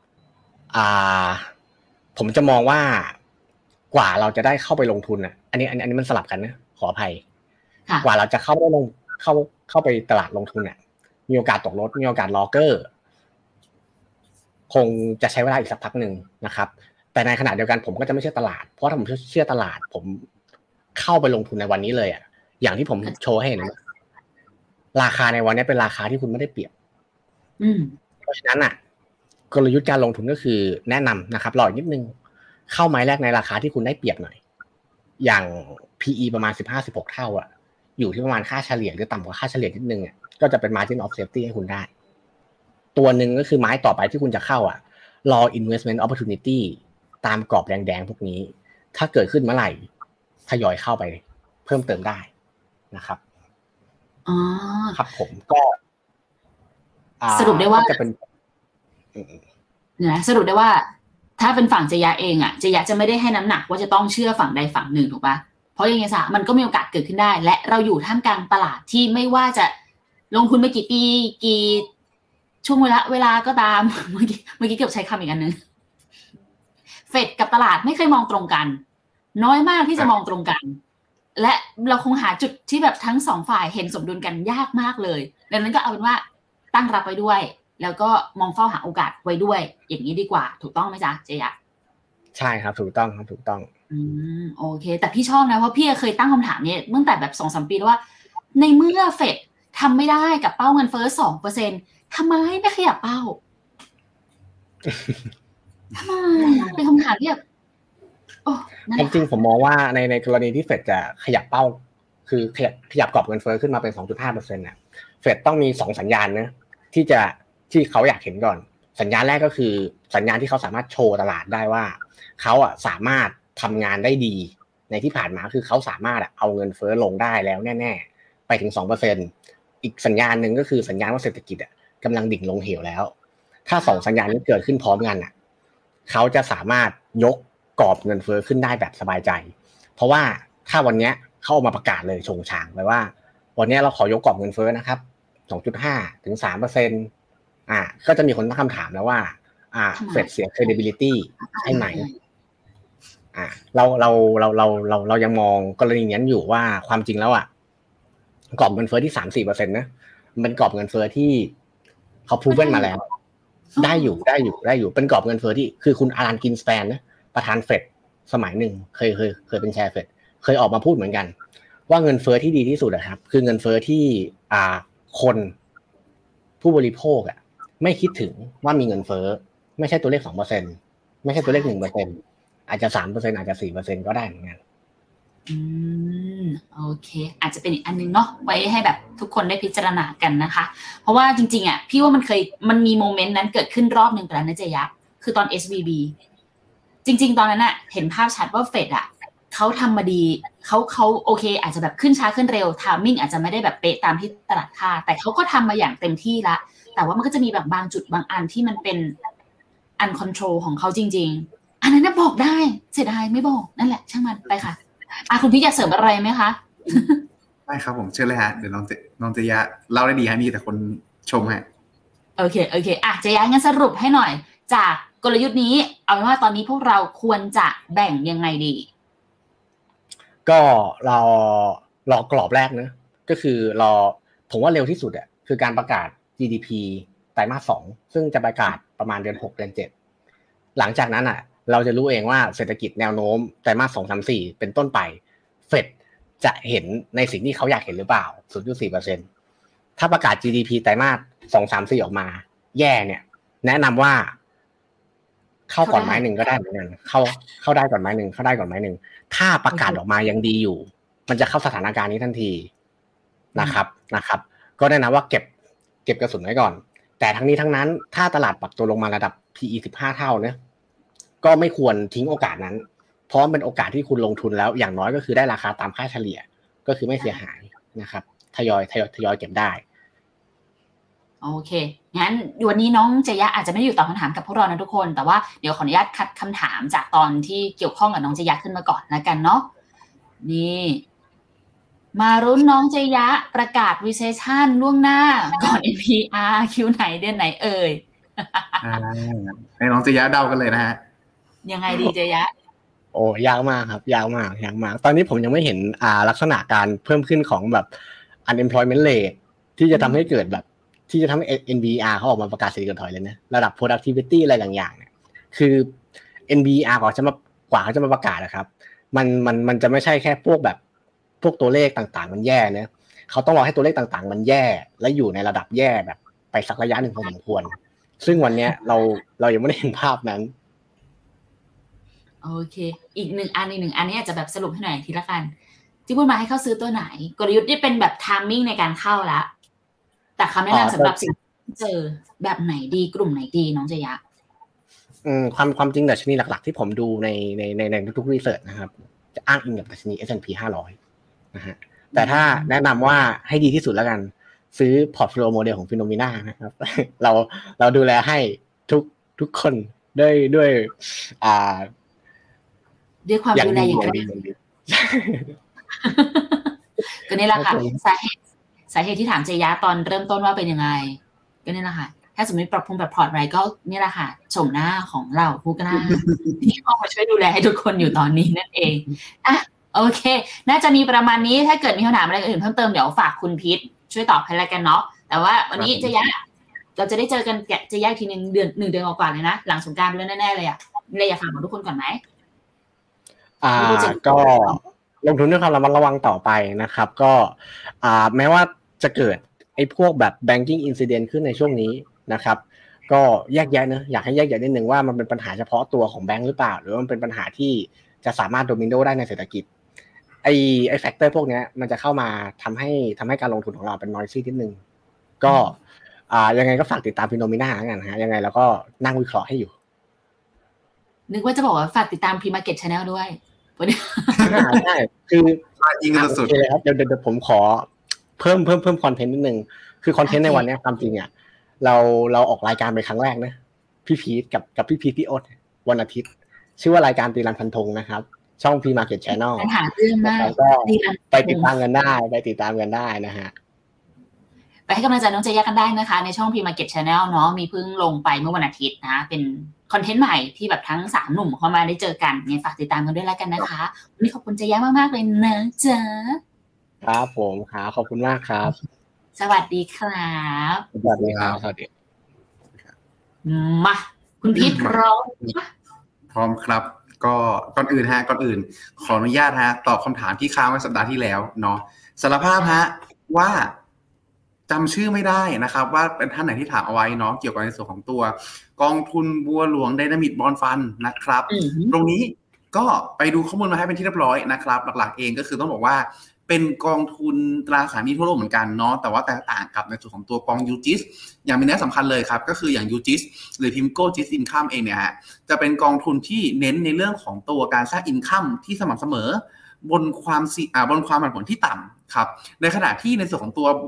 ผมจะมองว่ากว่าเราจะได้เข้าไปลงทุนอันนี้มันสลับกันนะขออภัยกว่าเราจะเข้าไปตลาดลงทุนมีโอกาสตกรถมีโอกาสลอเกอร์คงจะใช้เวลาอีกสักพักนึงนะครับแต่ในขณะเดียวกันผมก็จะไม่เชื่อตลาดเพราะถ้าผมเชื่อตลาดผมเข้าไปลงทุนในวันนี้เลยอย่างที่ผมโชว์ให้เห็นราคาในวันนี้เป็นราคาที่คุณไม่ได้เปรียบเพราะฉะนั้นกลยุทธ์การลงทุนก็คือแนะนำนะครับรออีกนิดนึงเข้าไม้แรกในราคาที่คุณได้เปรียบหน่อยอย่าง PE ประมาณ 15-16 เท่าอยู่ที่ประมาณค่าเฉลี่ยหรือต่ำกว่าค่าเฉลี่ยนิดนึงก็จะเป็น margin of safety ให้คุณได้ตัวนึงก็คือไม้ต่อไปที่คุณจะเข้ารอ investment opportunity ตามกรอบแดงๆพวกนี้ถ้าเกิดขึ้นเมื่อไหร่ทยอยเข้าไปเพิ่มเติมได้นะครับครับผมก็สรุปได้ว่าจะเป็นสรุปได้ว่าถ้าเป็นฝั่งเจยะเองเจยะจะไม่ได้ให้น้ำหนักว่าจะต้องเชื่อฝั่งใดฝั่งหนึ่งถูกปะเพราะยังไงซะมันก็มีโอกาสเกิดขึ้นได้และเราอยู่ท่ามกลางตลาดที่ไม่ว่าจะลงทุนไปกี่ปีกี่ช่วงเวลาก็ตามเมื่อกี้เกือบใช้คำอีกอันนึงเฟดกับตลาดไม่เคยมองตรงกันน้อยมากที่จะมองตรงกันและเราคงหาจุดที่แบบทั้งสองฝ่ายเห็นสมดุลกันยากมากเลยดังนั้นก็เอาเป็นว่าตั้งรับไว้ด้วยแล้วก็มองเฝ้าหาโอกาสไว้ด้วยอย่างนี้ดีกว่าถูกต้องไหมจ๊ะเจยะใช่ครับถูกต้องครับถูกต้องโอเคแต่พี่ชอบนะเพราะพี่เคยตั้งคำถามนี้ตั้งแต่แบบ 2-3 ปีแล้วว่าในเมื่อเฟดทำไม่ได้กับเป้าเงินเฟ้อ 2% ทำไมไม่ขยับเป้าทำไมเป็นคำถามที่แบบจริงๆผมมองว่าในกรณีที่เฟดจะขยับเป้าคือขยับกรอบเงินเฟ้อขึ้นมาเป็น 2.5% เฟดต้องมี2สัญญาณนะที่เขาอยากเห็นก่อนสัญญาณแรกก็คือสัญญาณที่เขาสามารถโชว์ตลาดได้ว่าเขาสามารถทำงานได้ดีในที่ผ่านมาคือเขาสามารถเอาเงินเฟ้อลงได้แล้วแน่ๆไปถึง 2% อีกสัญญาณนึงก็คือสัญญาณว่าเศรษฐกิจกำลังดิ่งลงเหวแล้วถ้า2สัญญาณนี้เกิดขึ้นพร้อมกันเขาจะสามารถยกกรอบเงินเฟ้อขึ้นได้แบบสบายใจเพราะว่าถ้าวันนี้เข้ามาประกาศเลยชงชางไปว่าวันนี้เราขอยกกรอบเงินเฟ้อนะครับ 2.5 ถึง 3% ก็จะมีคนตั้งคำถามแล้วว่าเฟดเสีย credibility ใช่ไหมเรายังมองกรณีนี้อยู่ว่าความจริงแล้วกรอบเงินเฟ้อที่ 3-4% นะมันเป็นกรอบเงินเฟ้อที่เขาพูดเว้นมาแล้วได้อยู่เป็นกรอบเงินเฟ้อที่คือคุณอารันกินสแปนนะประธานเฟดสมัยหนึ่งเคยเป็นแชร์เฟดเคยออกมาพูดเหมือนกันว่าเงินเฟ้อที่ดีที่สุดนะครับคือเงินเฟ้อที่คนผู้บริโภคไม่คิดถึงว่ามีเงินเฟ้อไม่ใช่ตัวเลข 2% ไม่ใช่ตัวเลข 1% อาจจะ 3% อาจจะ 4% ก็ได้เหมือนกันโอเคอาจจะเป็นอีกอันนึงเนาะไว้ให้แบบทุกคนได้พิจารณากันนะคะเพราะว่าจริงๆพี่ว่ามันมีโมเมนต์นั้นเกิดขึ้นรอบนึงไปแล้วนะเจยะคือตอน SVB จริงๆตอนนั้นเห็นภาพชัดว่าเฟดเขาทำมาดีเขาโอเคอาจจะแบบขึ้นช้าขึ้นเร็วไทมิ่งอาจจะไม่ได้แบบเป๊ะตามที่ตลาดคาดแต่เขาก็ทำมาอย่างเต็มที่ละแต่ว่ามันก็จะมีแบบบางจุดบางอันที่มันเป็น uncontrol ของเขาจริงๆอันนั้นบอกได้เสียดายไม่บอกนั่นแหละช่างมันไปค่ะคุณพี่อยากเสริมอะไรไหมคะได้ครับผมเชิญเลยฮะเดี๋ยวน้องจะยะเล่าได้ดีฮะมีแต่คนชมฮะโอเคจะยะงั้นสรุปให้หน่อยจากกลยุทธ์นี้เอาเป็นว่าตอนนี้พวกเราควรจะแบ่งยังไงดีก็รอกรอบแรกนะก็คือผมว่าเร็วที่สุดคือการประกาศ GDP ไตรมาส 2ซึ่งจะประกาศประมาณเดือน6เดือน7หลังจากนั้นเราจะรู้เองว่าเศรษฐกิจแนวโน้มไตรมาส 2 3 4เป็นต้นไปเฟดจะเห็นในสิ่งที่เขาอยากเห็นหรือเปล่า 0.4% ถ้าประกาศ GDP ไตรมาส 2 3 4ออกมาแย่เนี่ยแนะนำว่าเข้าก่อนไม้หนึ่งก็ได้เหมือนกันเข้าได้ก่อนไม้หนึ่งเข้าได้ก่อนไม้หนึ่งถ้าประกาศออกมายังดีอยู่มันจะเข้าสถานการณ์นี้ทันทีนะครับก็แนะนำว่าเก็บกระสุนไว้ก่อนแต่ทั้งนี้ทั้งนั้นถ้าตลาดปรับตัวลงมาระดับ PE 15 เท่าเนี่ยก็ไม่ควรทิ้งโอกาสนั้นเพราะเป็นโอกาสที่คุณลงทุนแล้วอย่างน้อยก็คือได้ราคาตามค่าเฉลี่ยก็คือไม่เสียหายนะครับทยอยเก็บได้โอเคงั้นวันนี้น้องเจยะอาจจะไม่ได้อยู่ตอบคำถามกับพวกเรานะทุกคนแต่ว่าเดี๋ยวขออนุญาตคัดคำถามจากตอนที่เกี่ยวข้องกับน้องเจยะขึ้นมาก่อนแล้วกันเนาะนี่มารุ้นน้องเจยะประกาศ recession ล่วงหน้าก่อน NPR คิวไหนเดือนไหนเอ่ยให้น้องเจยะเดากันเลยนะฮะยังไงดีเจยะโอ้ยากมากครับยากมากตอนนี้ผมยังไม่เห็นลักษณะการเพิ่มขึ้นของแบบ unemployment rate ที่จะทำให้เกิดแบบที่จะทำให้ NBER เขาออกมาประกาศเศรษฐกิจถอยเลยนะระดับ productivity อะไรอย่างเนี่ยคือ NBER กว่าเขาจะมาประกาศนะครับมันจะไม่ใช่แค่พวกตัวเลขต่างๆมันแย่นะเขาต้องรอให้ตัวเลขต่างๆมันแย่และอยู่ในระดับแย่แบบไปสักระยะหนึ่งพอสมควรซึ่งวันนี้เรายังไม่ได้เห็นภาพนั้นโอเคอีกหนึ่งอันนี้อาจจะแบบสรุปให้หน่อยทีละกันที่พูดมาให้เขาซื้อตัวไหนกลยุทธ์ที่เป็นแบบ timing ในการเข้าละแต่คำแนะนำสำหรับสิ่งที่เจอแบบไหนดีกลุ่มไหนดีน้องเจยะความจริงดัชนีหลักๆที่ผมดูในทุกๆรีเสิร์ชนะครับจะอ้างอิงกับดัชนี S&P 500นะฮะแต่ถ้าแนะนำว่าให้ดีที่สุดแล้วกันซื้อพอร์ตโฟลิโอโมเดลของ Phenomena นะครับเราดูแลให้ทุกคนด้วยความดูแลอย่างดีก็นี่แหละค่ะสาเหตุที่ถามเจยะตอนเริ่มต้นว่าเป็นยังไงก็นี่แหละค่ะถ้าสมมติปรับปรุงแบบพอร์ตไรก็นี่แหละค่ะชมหน้าของเราผู้กล้าที่เข้ามาช่วยดูแลให้ทุกคนอยู่ตอนนี้นั่นเองโอเคน่าจะมีประมาณนี้ถ้าเกิดมีคำถามอะไรอื่นเพิ่มเติมเดี๋ยวฝากคุณพิษช่วยตอบให้แล้วกันเนาะแต่ว่าวันนี้เจยะเราจะได้เจอกันเจยะทีนึง1 เดือนกว่าเลยนะหลังสงกรานต์ไปแล้วแน่ๆเลยมีอะไรอยากฝากของทุกคนก่อนไหมก็ลงทุนด้วยความระมัดระวังต่อไปนะครับก็แม้ว่าจะเกิดไอ้พวกแบบ banking incident ขึ้นในช่วงนี้นะครับก็แยกแยะนะอยากให้แยกแยะนิดนึงว่ามันเป็นปัญหาเฉพาะตัวของแบงก์หรือเปล่าหรือว่ามันเป็นปัญหาที่จะสามารถโดมิโนได้ในเศรษฐกิจไอ้แฟกเตอร์พวกนี้มันจะเข้ามาทำให้การลงทุนของเราเป็น noisy นิดนึงก็ยังไงก็ฝากติดตาม Phenomena กันฮะยังไงแล้วก็นั่งวิเคราะห์ให้อยู่นึกว่าจะบอกว่าฝากติดตาม Pre-Market Channel ด้วยใช่คือยิงกันสุดเลยครับเดี๋ยวผมขอเพิ่มคอนเทนต์นิดนึงคือคอนเทนต์ในวันนี้ความจริงเราออกรายการไปครั้งแรกนะพี่พีทกับพี่พีทพี่โอ๊ตวันอาทิตย์ชื่อว่ารายการตีรันพันธงนะครับช่อง Pre-Market Channel ปัญหาเรื่องมากก็ไปติดตามกันได้นะฮะไปให้กำลังใจน้องเจยะกันได้นะคะในช่อง Pre-Market Channel เนาะมีเพิ่งลงไปเมื่อวันอาทิตย์นะเป็นคอนเทนต์ใหม่ที่แบบทั้ง3หนุ่มเข้ามาได้เจอกันเนี่ยฝากติดตามกันด้วยแล้วกันนะคะวันนี้ขอบคุณเจยะมากๆเลยนะจ๊ะครับผมครับขอบคุณมากครับสวัสดีครับสวัสดีครับมาคุณพีทพร้อมครับก็ก่อนอื่นขออนุญาตตอบคำถามที่ค้างไว้สัปดาห์ที่แล้วเนาะสารภาพว่าจำชื่อไม่ได้นะครับว่าเป็นท่านไหนที่ถามเอาไว้เนาะเกี่ยวกับในส่วนของตัวกองทุนบัวหลวง Dynamic Bond Fund นะครับตรงนี้ก็ไปดูข้อมูลมาให้เป็นที่เรียบร้อยนะครับหลักๆเองก็คือต้องบอกว่าเป็นกองทุนตราสารหนี้ทั่วโลกเหมือนกันเนาะแต่ว่าแตกต่างกับในส่วนของตัวกอง UGIS อย่างมีนัยสำคัญเลยครับก็คืออย่าง UGIS หรือ PIMCO GIS Income เองเนี่ยจะเป็นกองทุนที่เน้นในเรื่องของตัวการสร้าง income ที่สม่ำเสมอบนความผันผวนที่ต่ำครับในขณะที่ในส่วนของตัว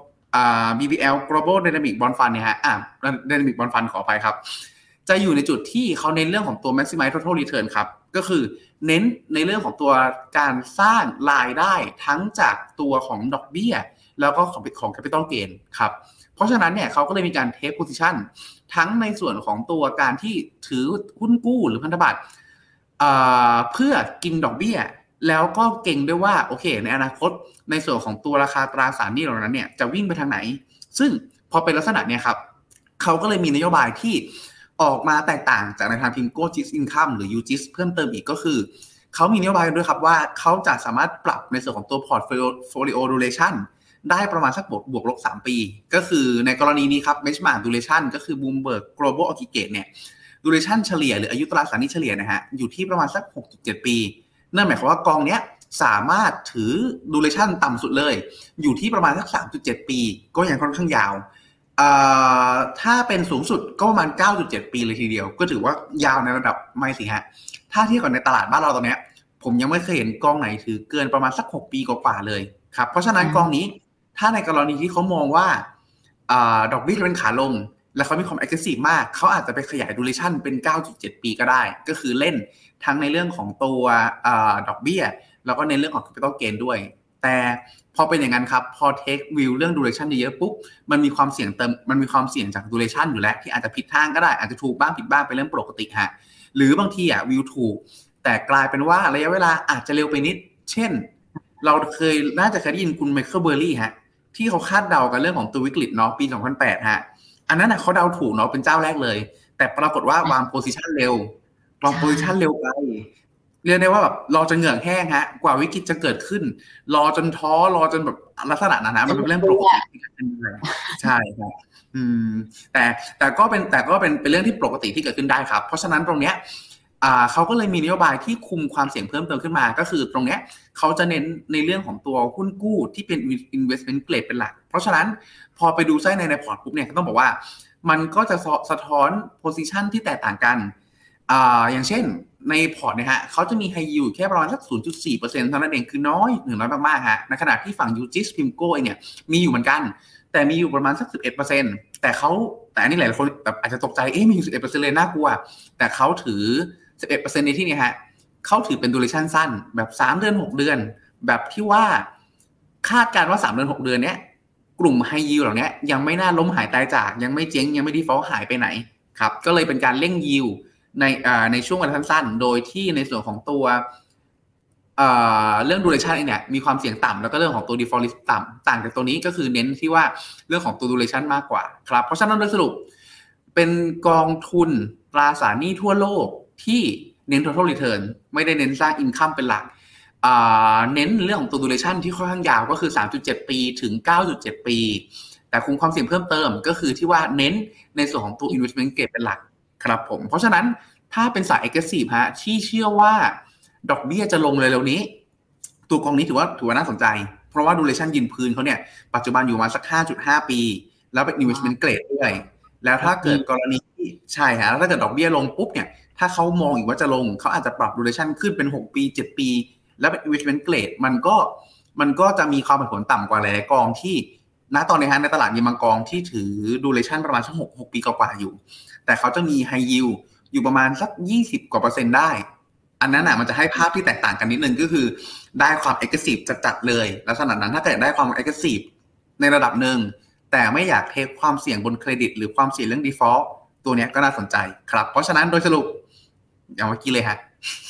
BBL Global Dynamic Bond Fund เนี่ยDynamic Bond Fund ขออภัยครับจะอยู่ในจุดที่เขาเน้นเรื่องของตัว maximize total return ครับก็คือเน้นในเรื่องของตัวการสร้างรายได้ทั้งจากตัวของดอกเบี้ยแล้วก็ของ capital gain ครับเพราะฉะนั้นเนี่ยเขาก็เลยมีการ take position ทั้งในส่วนของตัวการที่ถือหุ้นกู้หรือพันธบัตรเพื่อกินดอกเบี้ยแล้วก็เก่งด้วยว่าโอเคในอนาคตในส่วนของตัวราคาตราสารหนี้เหล่านั้นเนี่ยจะวิ่งไปทางไหนซึ่งพอเป็นลักษณะเนี่ยครับเขาก็เลยมีนโยบายที่ออกมาแตกต่างจากในทาง PIMCO GIS Income หรือ UGIS เพิ่มเติมอีกก็คือเขามีนโยบายด้วยครับว่าเขาจะสามารถปรับในส่วนของตัว portfolio duration ได้ประมาณสักบวกลบ3ปีก็คือในกรณีนี้ครับ benchmark duration ก็คือ Bloomberg Global Aggregate เนี่ย duration เฉลี่ยหรืออายุตราสารหนี้เฉลี่ยนะฮะอยู่ที่ประมาณสัก 6.7 ปีนั่นหมายความว่ากองเนี้ยสามารถถือ duration ต่ำสุดเลยอยู่ที่ประมาณสัก 3.7 ปีก็ยังค่อนข้างยาวถ้าเป็นสูงสุดก็ประมาณ 9.7 ปีเลยทีเดียวก็ถือว่ายาวในระดับไม่สิฮะถ้าเทียบกับในตลาดบ้านเราตอนนี้ผมยังไม่เคยเห็นกองไหนถือเกินประมาณสัก6ปีกว่าๆเลยครับเพราะฉะนั้นกองนี้ถ้าในกรณีที่เขามองว่าดอกเบี้ยจะเป็นขาลงและเขามีความ aggressive มากเขาอาจจะไปขยาย duration เป็น 9.7 ปีก็ได้ก็คือเล่นทั้งในเรื่องของตัวดอกเบี้ยแล้วก็ในเรื่องของ capital gain ด้วยแต่พอเป็นอย่างนั้นครับพอ take view เรื่อง duration เยอะๆปุ๊บมันมีความเสี่ยงจาก duration อยู่แล้วที่อาจจะผิดทางก็ได้อาจจะถูกบ้างผิดบ้างเป็นเรื่องปกติฮะหรือบางทีview ถูกแต่กลายเป็นว่าระยะเวลาอาจจะเร็วไปนิดเช่นเราน่าจะเคยได้ยินคุณไมเคิลเบอร์รี่ฮะที่เขาคาดเดากันเรื่องของตัววิกฤตเนาะปี 2008 ฮะอันนั้นเขาเดาถูกเนาะเป็นเจ้าแรกเลยแต่ปรากฏว่าวาง position เร็วไปเรียกได้ว่าแบบรอจนเหงื่อแห้งฮะกว่าวิกฤตจะเกิดขึ้นรอจนท้อรอจนแบบลักษณะนั้นนะมันเป็นเรื่องปกติใช่ครับแต่ก็เป็นเรื่องที่ปกติที่เกิดขึ้นได้ครับเพราะฉะนั้นตรงเนี้ยเขาก็เลยมีนโยบายที่คุมความเสี่ยงเพิ่มเติมขึ้นมาก็คือตรงเนี้ยเขาจะเน้นในเรื่องของตัวหุ้นกู้ที่เป็น investment grade เป็นหลักเพราะฉะนั้นพอไปดูไส้ในพอร์ตปุ๊บเนี่ยก็ต้องบอกว่ามันก็จะสะท้อน position ที่แตกต่างกันอย่างเช่นในพอร์ตเนี่ยฮะเขาจะมี high yield แค่ประมาณสัก 0.4% เท่านั้นเองคือน้อยมากๆฮะในขณะที่ฝั่ง UGIS PIMCO เองเนี่ยมีอยู่เหมือนกันแต่มีอยู่ประมาณสัก 11% แต่อันนี้หลายคนแบบอาจจะตกใจมีอยู่ 11% เลยน่ากลัวแต่เขาถือ 11% ในที่นี้ฮะเขาถือเป็น duration สั้นแบบ3เดือน6เดือนแบบที่ว่าคาดการณ์ว่า3เดือน6เดือนเนี้ยกลุ่ม high yield เหล่านี้ยังไม่น่าล้มหายตายจากยังไม่เจ๊งยังไม่ default หายไปไหนครับก็เลยเป็นการเร่ง yieldในช่วงเวลาสั้นๆโดยที่ในส่วนของตัวเรื่อง duration เนี่ยมีความเสี่ยงต่ำแล้วก็เรื่องของตัว default risk ต่ำต่างจากตัวนี้ก็คือเน้นที่ว่าเรื่องของตัว duration มากกว่าครับเพราะฉะนั้นโดยสรุปเป็นกองทุนตราสารหนี้ทั่วโลกที่เน้น total return ไม่ได้เน้นสร้าง income เป็นหลักเน้นเรื่องของตัว duration ที่ค่อนข้างยาวก็คือ 3.7 ปีถึง 9.7 ปีแต่คุมความเสี่ยงเพิ่มเติมก็คือที่ว่าเน้นในส่วนของตัว investment grade เป็นหลักครับผมเพราะฉะนั้นถ้าเป็นสาย aggressive ฮะที่เชื่อว่าดอกเบี้ยจะลงเร็วๆนี้ตัวกองนี้ถือว่าน่าสนใจเพราะว่า duration ยืนพื้นเขาเนี่ยปัจจุบันอยู่มาสัก 5.5 ปีแล้วเป็น investment grade ด้วยแล้วถ้าเกิดกรณีใช่ฮะแล้วถ้าเกิดดอกเบี้ยลงปุ๊บเนี่ยถ้าเขามองอีกว่าจะลงเขาอาจจะปรับ duration ขึ้นเป็น6ปี7ปีแล้วเป็น investment grade มันก็จะมีความผันผวนต่ำกว่าหลายๆกองที่ณตอนนี้ฮะในตลาดมีบางกองที่ถือ duration ประมาณสัก6ปีกว่าอยู่แต่เขาจะมี high yield อยู่ประมาณสัก20%กว่าได้อันนั้นน่ะมันจะให้ภาพที่แตกต่างกันนิดนึงก็คือได้ความ aggressive จัดๆเลยลักษณะนั้นถ้าเกิดได้ความ aggressive ในระดับหนึ่งแต่ไม่อยากเทคความเสี่ยงบนเครดิตหรือความเสี่ยงเรื่อง default ตัวนี้ก็น่าสนใจครับเพราะฉะนั้นโดยสรุปอย่างเมื่อกี้เลยฮะ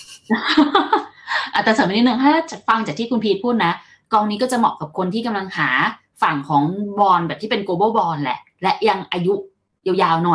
แต่เสริมนิดนึงถ้าฟังจากที่คุณพีทพูดนะกองนี้ก็จะเหมาะกับคนที่กำลังหาฝั่งของบอนด์แบบที่เป็น global bond แหละและยังอายุยาวๆหน่อย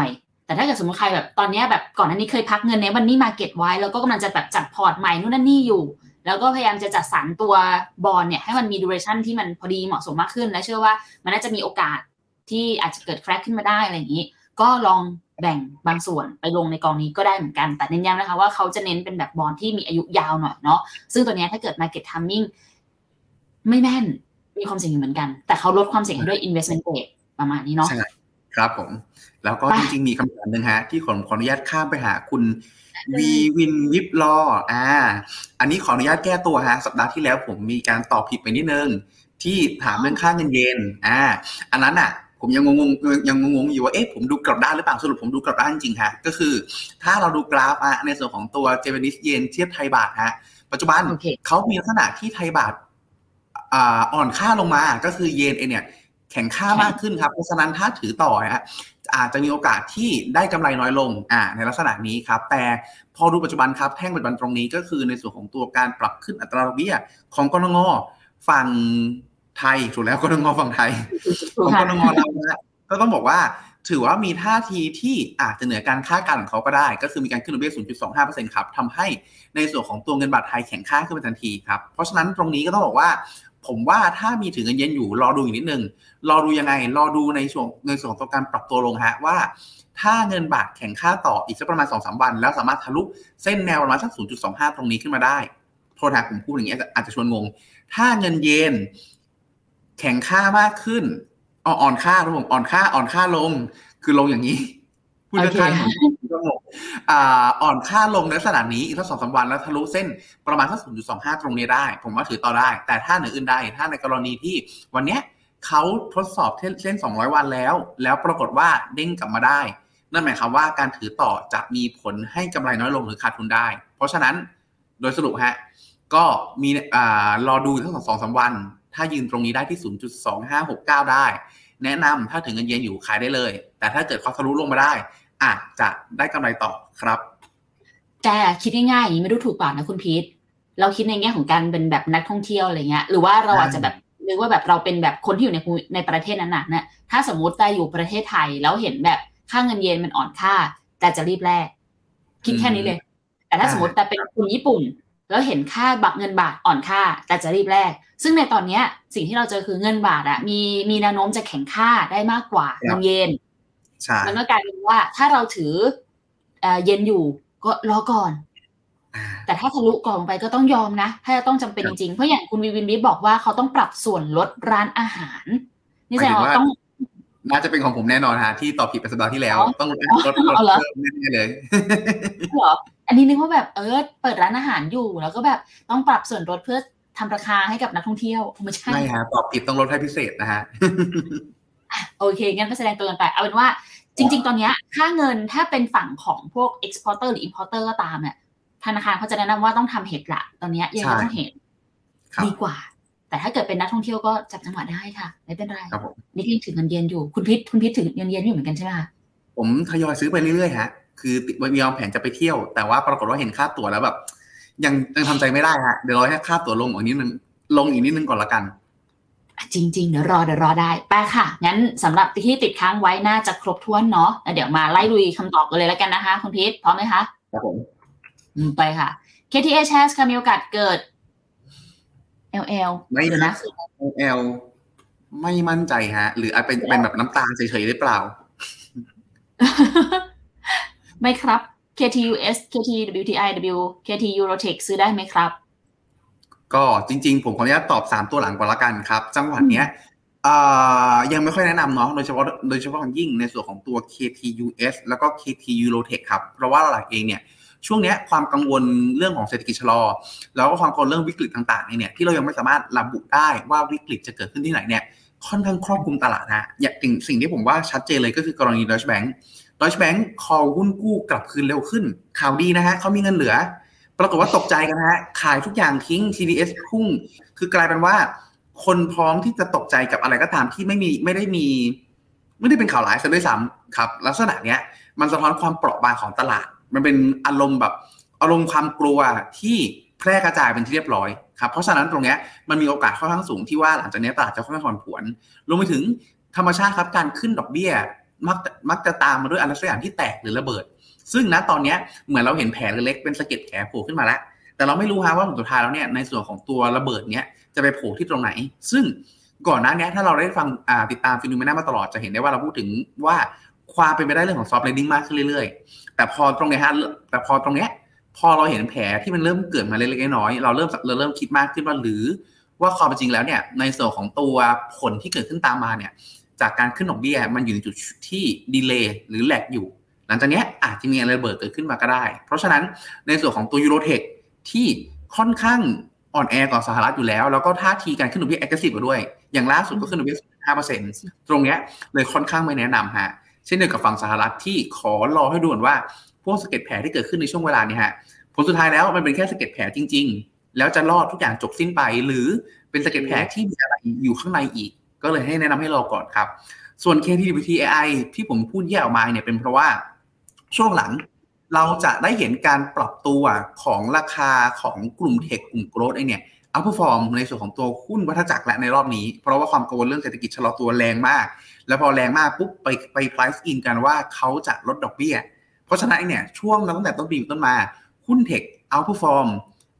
แต่ถ้าเกิดสมมติใครแบบตอนนี้แบบก่อนหน้านี้เคยพักเงินในวันนี้มาเก็ตไว้แล้วก็กำลังจะแบบจัดพอร์ตใหม่นู่นนั่นนี่อยู่แล้วก็พยายามจะจัดสรรตัวบอนด์เนี่ยให้มันมี duration ที่มันพอดีเหมาะสมมากขึ้นและเชื่อว่ามันน่าจะมีโอกาสที่อาจจะเกิดแครกขึ้นมาได้อะไรอย่างนี้ก็ลองแบ่งบางส่วนไปลงในกองนี้ก็ได้เหมือนกันแต่เน้นย้ำนะคะว่าเขาจะเน้นเป็นแบบบอนด์ที่มีอายุยาวหน่อยเนาะซึ่งตัวนี้ถ้าเกิด market timing ไม่แม่นมีความเสี่ยงอยู่เหมือนกันแต่เขาลดความเสี่ยงด้วย investment grade ประมาณนี้เนาะใช่ครับผมแล้วก็จริงๆมีคำถามนึงฮะที่ขออนุญาตข้ามไปหาคุณวีวินวิปลออันนี้ขออนุญาตแก้ตัวฮะสัปดาห์ที่แล้วผมมีการตอบผิดไปนิดนึงที่ถามเรื่องค่าเงินเยนอันนั้นอ่ะผมยังงงอยู่ว่าผมดูกลับด้านหรือเปล่าสรุปผมดูกลับด้านจริงฮะก็คือถ้าเราดูกราฟในส่วนของตัว Japanese Yen เทียบไทยบาทฮะปัจจุบันเขามีลักษณะที่ไทยบาทอ่อนค่าลงมาก็คือเยนเนี่ยแข็งค่ามากขึ้นครับเพราะฉะนั้นถ้าถือต่ออาจจะมีโอกาสที่ได้กำไรน้อยลงในลักษณะนี้ครับแต่พอดูปัจจุบันครับแท่งปัจจุบันตรงนี้ก็คือในส่วนของตัวการปรับขึ้นอัตราดอกเบี้ยของกนง.ฝั่งไทยถูกแล้วกนง.ฝั่งไทยของกนง.เราก็ต้องบอกว่าถือว่ามีท่าทีที่อาจจะเหนือการคาดการณ์ของเขาก็ได้ก็คือมีการขึ้นดอกเบี้ย 0.25% ครับทำให้ในส่วนของตัวเงินบาทไทยแข็งค่าขึ้นมาทันทีครับเพราะฉะนั้นตรงนี้ก็ต้องบอกว่าผมว่าถ้ามีถือเงินเยนอยู่รอดูอีกนิดนึงรอดูยังไงรอดูในส่วนของตัวการปรับตัวลงฮะว่าถ้าเงินบาทแข็งค่าต่ออีกสักประมาณ 2-3 วันแล้วสามารถทะลุเส้นแนวประมาณสัก 0.25 ตรงนี้ขึ้นมาได้โทษนะผมพูดอย่างนี้อาจจะชวนงงถ้าเงินเยนแข็งค่ามากขึ้นอ่อนค่าครับผมอ่อนค่าลงคือลงอย่างนี้พูดง่ายๆอ่อนค่าลงในลักษณะนี้อีกสัก 2-3 วันแล้วทะลุเส้นประมาณสัก 0.25 ตรงนี้ได้ผมว่าถือต่อได้แต่ถ้าเหนืออื่นใดถ้าในกรณีที่วันเนี้ยเขาทดสอบเส้น200 วันแล้วปรากฏว่าเด้งกลับมาได้นั่นหมายความว่าการถือต่อจะมีผลให้กำไรน้อยลงหรือขาดทุนได้เพราะฉะนั้นโดยสรุปฮะก็มีรอดูทั้ง 2-3 วันถ้ายืนตรงนี้ได้ที่ 0.2569 ได้แนะนำถ้าถึงเงินเยนอยู่ขายได้เลยแต่ถ้าเกิดเขาทะลุลงมาได้อาจจะได้กำไรต่อครับแต่คิดง่ายๆอย่างนี้ไม่รู้ถูกป่ะนะคุณพีทเราคิดในแง่ของการเป็นแบบนักท่องเที่ยวอะไรเงี้ยหรือว่าเราอาจจะแบบนึกว่าแบบเราเป็นแบบคนที่อยู่ในประเทศนั้นๆเนี่ยถ้าสมมุติแต่อยู่ประเทศไทยแล้วเห็นแบบค่าเงินเยนมันอ่อนค่าแต่จะรีบแลกคิดแค่นี้เลยแต่ถ้าสมมติแต่เป็นคนญี่ปุ่นแล้วเห็นค่าเงินบาทอ่อนค่าแต่จะรีบแลกซึ่งในตอนนี้สิ่งที่เราเจอคือเงินบาทมีแนวโน้มจะแข็งค่าได้มากกว่าเงินเยนมันก็กลายเป็นว่าถ้าเราถือเยนอยู่ก็รอก่อนแต่ถ้าทะลุกล่องไปก็ต้องยอมนะถ้าจะต้องจำเป็นจริงๆเพราะอย่างคุณวินวิบอกว่าเขาต้องปรับส่วนลดร้านอาหารนี่แสดงว่าต้องน่าจะเป็นของผมแน่นอนฮะที่ตอบผิดไปสัปดาห์ที่แล้วต้องลดเพิ่มแน่ๆเลยเหรออันนี้นึกว่าแบบเปิดร้านอาหารอยู่แล้วก็แบบต้องปรับส่วนลดเพื่อทำราคาให้กับนักท่องเที่ยวไม่ใช่ไม่ฮะตอบผิดต้องลดให้พิเศษนะฮะโอเคงั้นก็แสดงตัวกันไปเอาเป็นว่าจริงๆตอนนี้ค่าเงินถ้าเป็นฝั่งของพวก exporter หรือ importer ก็ตามเนี่ยธนาคารเขาจะแนะนำว่าต้องทำเฮดละตอนนี้ยังไม่ต้องเฮดดีกว่าแต่ถ้าเกิดเป็นนักท่องเที่ยวก็จับจังหวะได้ค่ะไม่เป็นไรนี่ยังถือเงินเยนอยู่คุณพิษถือเงินเยนอยู่เหมือนกันใช่ไหมคะผมทยอยซื้อไปเรื่อยๆฮะคือมีวางแผนจะไปเที่ยวแต่ว่าปรากฏว่าเห็นค่าตั๋วแล้วแบบยังทำใจไม่ได้ฮะเดี๋ยวรอให้ค่าตั๋วลงอีกนิดนึงก่อนละกันจริงๆเดี๋ยวรอได้ไปค่ะงั้นสำหรับที่ติดค้างไว้น่าจะครบถ้วนเนาะเดี๋ยวมาไล่ลุยคำตอบกันเลยแล้วกันนะคะคุณพิษพร้อมไหมคะครับผมไปค่ะ KTA Shares ค่ะมีโอกาสเกิด LL ไม่นะ LL ไม่มั่นใจฮะหรืออาจเป็นแบบน้ำตาลเฉยๆหรือเปล่าไม่ครับ KTUS KTWTIW KT Eurotech ซื้อได้ไหมครับก็จริงๆผมขออนุญาตตอบ3ตัวหลังก่อนละกันครับจังหวะเนี้ยยังไม่ค่อยแนะนำเนาะโดยเฉพาะยิ่งในส่วนของตัว KTUS แล้วก็ KT Eurotech ครับเพราะว่าหลักเองเนี่ยช่วงนี้ความกังวลเรื่องของเศรษฐกิจชะลอแล้วก็ความกังวลเรื่องวิกฤตต่างๆเนี่ยที่เรายังไม่สามารถระบุได้ว่าวิกฤตจะเกิดขึ้นที่ไหนเนี่ยค่อนข้างครอบคลุมตลาดนะอย่างสิ่งที่ผมว่าชัดเจนเลยก็คือกรณี Deutsche Bank call หุ้นกู้กลับคืนเร็วขึ้นข่าวดีนะฮะเขามีเงินเหลือปรากฏว่าตกใจกันฮะขายทุกอย่างทิ้ง TDS พุ่งคือกลายเป็นว่าคนพร้อมที่จะตกใจกับอะไรก็ตามที่ไม่ได้เป็นข่าวร้ายซะด้วยซ้ำครับลักษณะเนี้ยมันสะท้อนความเปราะบางของตลาดมันเป็นอารมณ์ความกลัวที่แพร่กระจายเป็นที่เรียบร้อยครับเพราะฉะนั้นตรงเนี้ยมันมีโอกาสค่อนข้างสูงที่ว่าหลังจากนี้ตลาดจะค่อนข้างผันผวนรวมไปถึงธรรมชาติครับการขึ้นดอกเบี้ยมักจะตามมาด้วยอะไรสักอย่างที่แตกหรือระเบิดซึ่งณตอนนี้เหมือนเราเห็นแผลเล็กๆเป็นสะเก็ดแผลโผล่ขึ้นมาแล้วแต่เราไม่รู้ฮะว่าสุดท้ายแล้วเนี่ยในส่วนของตัวระเบิดเนี้ยจะไปโผล่ที่ตรงไหนซึ่งก่อนหน้านี้ถ้าเราได้ฟังติดตามฟีโนเมนามาตลอดจะเห็นได้ว่าเราพูดถึงว่าความเป็นไปได้เรื่องของซอฟต์แลนดิ้งมากขึ้นเรื่อยๆแต่พอตรงเนี้ยพอเราเห็นแผลที่มันเริ่มเกิดมาเล็กๆน้อยๆเราเริ่มคิดมากขึ้นว่าหรือว่าความจริงแล้วเนี่ยในส่วนของตัวผลที่เกิดขึ้นตามมาเนี่ยจากการขึ้นดอกเบี้ยมันอยู่ในจุดที่ดีเลย์หรือแลกอยู่หลังจากนี้อาจจะมีอะไรระเบิดเกิดขึ้นมาก็ได้เพราะฉะนั้นในส่วนของตัวยูโรเทคที่ค่อนข้างอ่อนแอกว่าสหรัฐอยู่แล้วก็ท่าทีการขึ้นดอกเบี้ย aggressive กว่าด้วยอย่างล่าสุดก็ขึ้นดอกเบี้ย 5% ตรงเนี้ยเลยค่อนข้างไม่แนะนำฮะเช่นเดียวกับฝั่งสหรัฐที่ขอรอให้ดูว่าพวกสะเก็ดแผลที่เกิดขึ้นในช่วงเวลานี้ฮะผลสุดท้ายแล้วมันเป็นแค่สะเก็ดแผลจริงๆแล้วจะรอดทุกอย่างจบสิ้นไปหรือเป็นสะเก็ดแผลที่มีอะไรอยู่ข้างในอีกก็เลยให้แนะนำให้รอก่อนครับส่วน KTWTI ที่ผมพูดแยกออกมาเนี่ยเป็นเพราะว่าช่วงหลังเราจะได้เห็นการปรับตัวของราคาของกลุ่มเทคกลุ่มโกรทเนี่ยอัพเพอร์ฟอร์มในส่วนของตัวหุ้นวัฏจักรและในรอบนี้เพราะว่าความกังวลเรื่องเศรษฐกิจชะลอตัวแรงมากแล้วพอแรงมากปุ๊บไป price in กันว่าเขาจะลดดอกเบี้ยเพราะฉะนั้นเนี่ยช่วงตั้งแต่ต้นปีต้นมาหุ้นเทคอัพเพอร์ฟอร์ม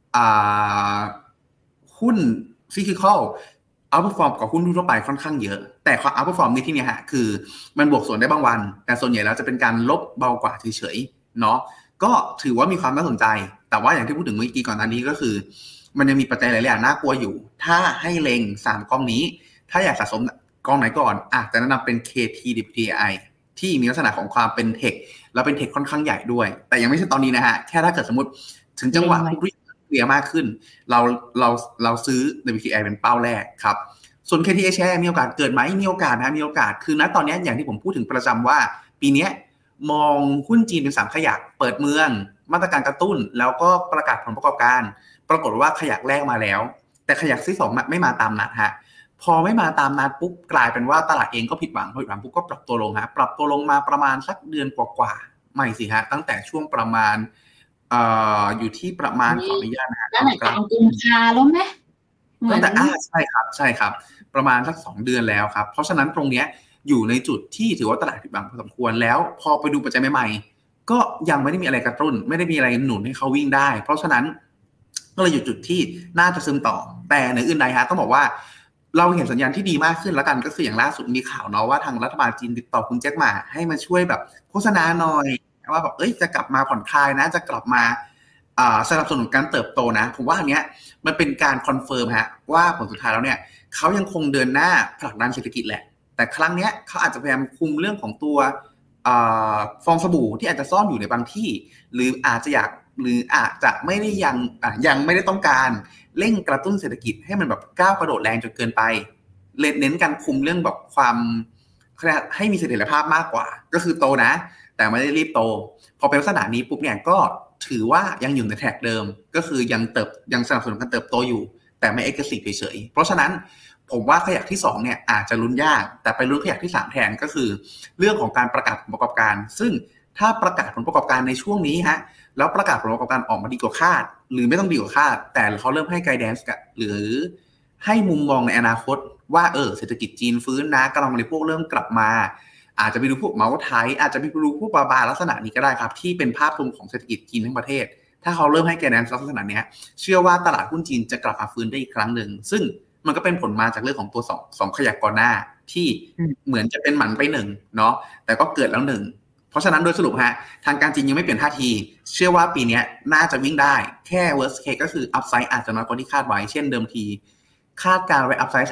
หุ้นซิคลิคอลอัพเพอร์ฟอร์มกับหุ้นทั่วไปค่อนข้างเยอะแต่ความอัพเพอร์ฟอร์มในที่นี้ฮะคือมันบวกส่วนได้บางวันแต่ส่วนใหญ่แล้วจะเป็นการลบเบากว่าเฉยๆเนาะก็ถือว่ามีความน่าสนใจแต่ว่าอย่างที่พูดถึงเมื่อกี้ก่อนหน้านี้ก็คือมันยังมีปัจจัยหลายอย่างน่ากลัวอยู่ถ้าให้เล็ง3กองนี้ถ้าอยากสะสมกองไหนก่อนอาจจะแนะนำเป็น KTWTI ที่มีลักษณะของความเป็นเทคแล้วเป็นเทคค่อนข้างใหญ่ด้วยแต่ยังไม่ใช่ตอนนี้นะฮะแค่ถ้าเกิดสมมติถึงจังหวะผู้บริหารเคลียร์มากขึ้นเราซื้อ WTI เป็นเป้าแรกครับส่วน KTA share มีโอกาสเกิดไหมมีโอกาสนะมีโอกาสคือณตอนนี้อย่างที่ผมพูดถึงประจำว่าปีนี้มองหุ้นจีนเป็น3ขยักเปิดเมืองมาตรการกระตุ้นแล้วก็ประกาศผลประกอบการปรากฏว่าขยักแรกมาแล้วแต่ขยักที่2ไม่มาตามนัดฮะพอไม่มาตามนัดปุ๊บกลายเป็นว่าตลาดเองก็ผิดหวังปุ๊บก็ปรับตัวลงฮะปรับตัวลงมาประมาณสักเดือนกว่าๆไม่สิฮะตั้งแต่ช่วงประมาณอยู่ที่ประมาณขออนุญาตนะฮะตั้งแต่กลางกุมภาแล้วไหมตั้งแต่ใช่ครับประมาณสัก2เดือนแล้วครับเพราะฉะนั้นตรงเนี้ยอยู่ในจุดที่ถือว่าตลาดผิดหวังพอสมควรแล้วพอไปดูปัจจัยใหม่ๆก็ยังไม่ได้มีอะไรกระตุ้นไม่ได้มีอะไรหนุนให้เขาวิ่งได้เพราะฉะนั้นก็เลยอยู่จุดที่น่าจะซึมต่อแต่ในอื่นใดฮะต้องบอกว่าเราเห็นสัญญาณที่ดีมากขึ้นแล้วกันก็คืออย่างล่าสุดมีข่าวเนาะว่าทางรัฐบาลจีนติดต่อคุณแจ็คหม่าให้มาช่วยแบบโฆษณาหน่อยว่าแบบจะกลับมาผ่อนคลายนะจะกลับมาสนับสนุนการเติบโตนะผมว่าอันเนี้ยมันเป็นการคอนเฟิร์มฮะว่าผลสุดท้ายแล้วเนี่ยเขายังคงเดินหน้าผลักดันเศรษฐกิจแหละแต่ครั้งนี้เขาอาจจะพยายามคุมเรื่องของตัวฟองสบู่ที่อาจจะซ่อนอยู่ในบางที่หรืออาจจะไม่ได้ยังไม่ได้ต้องการเร่งกระตุ้นเศรษฐกิจให้มันแบบก้าวกระโดดแรงจนเกินไปเน้นการคุมเรื่องแบบความให้มีเสถียรภาพมากกว่าก็คือโตนะแต่ไม่ได้รีบโตพอเป็นลักษณะนี้ปุ๊บเนี่ยก็ถือว่ายังอยู่ในแทร็กเดิมก็คือยังสนับสนุนการเติบโตอยู่แต่ไม่ aggressive เฉยๆเพราะฉะนั้นผมว่าขยักที่2เนี่ยอาจจะลุ้นยากแต่ไปลุ้นขยักที่3แทนก็คือเรื่องของการประกาศผลประกอบการซึ่งถ้าประกาศผลประกอบการในช่วงนี้ฮะแล้วประกาศผลประกอบการออกมาดีกว่าคาดหรือไม่ต้องดีกว่าคาดแต่เขาเริ่มให้ guidance หรือให้มุมมองในอนาคตว่าเศรษฐกิจจีนฟื้นนะกำลังบริโภคเริ่มกลับมาอาจจะไปดูพวกเมาส์ไทยอาจจะไปดูพวกบาลักษณะนี้ก็ได้ครับที่เป็นภาพรวมของเศรษฐกิจจีนทั้งประเทศถ้าเขาเริ่มให้ guidance ลักษณะนี้เชื่อว่าตลาดหุ้นจีนจะกลับมาฟื้นได้อีกครั้งนึงซึ่งมันก็เป็นผลมาจากเรื่องของตัว2ขยักก่อนหน้าที่เหมือนจะเป็นหมันไป1เนาะแต่ก็เกิดแล้ว1เพราะฉะนั้นโดยสรุปฮะทางการจีนยังไม่เปลี่ยนท่าทีเชื่อว่าปีนี้น่าจะวิ่งได้แค่ worst case ก็คือ upside อาจจะน้อยกว่าที่คาดไว้เช่นเดิมทีคาดการไว้ upside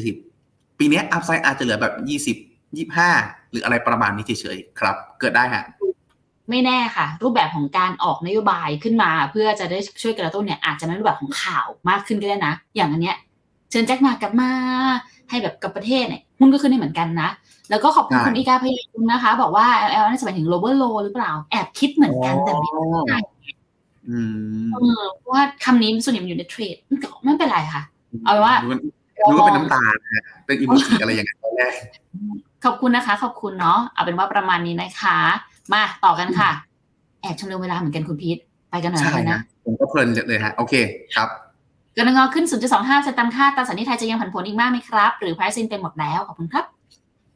3-40 ปีนี้ upside อาจจะเหลือแบบ20-25หรืออะไรประมาณนี้เฉยๆครับเกิดได้ฮะไม่แน่ค่ะรูปแบบของการออกนโยบายขึ้นมาเพื่อจะได้ช่วยกระตุ้นเนี่ยอาจจะเป็นรูปแบบของข่าวมากขึ้นก็ได้นะอย่างอันเนี้ยเชิญแจ็คหม่ากลับมาให้แบบกับประเทศเนี่ยหุ้นก็ขึ้นได้เหมือนกันนะแล้วก็ขอบคุณคุณอีกาพยาคุณนะคะบอกว่า LL น่าจะหมายถึง lower low หรือเปล่าแอบคิดเหมือนกันแต่ไม่ใช่เพราะว่าคำนี้ส่วนใหญ่มันอยู่ในเทรดไม่เป็นไรค่ะเอาไว้ว่านึกว่าเป็นน้ำตาลนะเป็นอีโมจิอะไรอย่างเงี้ยตอนแรกขอบคุณนะคะขอบคุณเนาะเอาเป็นว่าประมาณนี้นะคะมาต่อกันค่ะแอบชมเร็วเวลาเหมือนกันคุณพีทไปกันหน่อยนะผมก็เพลินเลยฮะโอเคครับกำลังขึ้น 0.25 สตางค์ค่าตราสารหนี้ไทยจะยังผันผวนอีกมากไหมครับหรือ price in ไปหมดแล้วขอบคุณครับ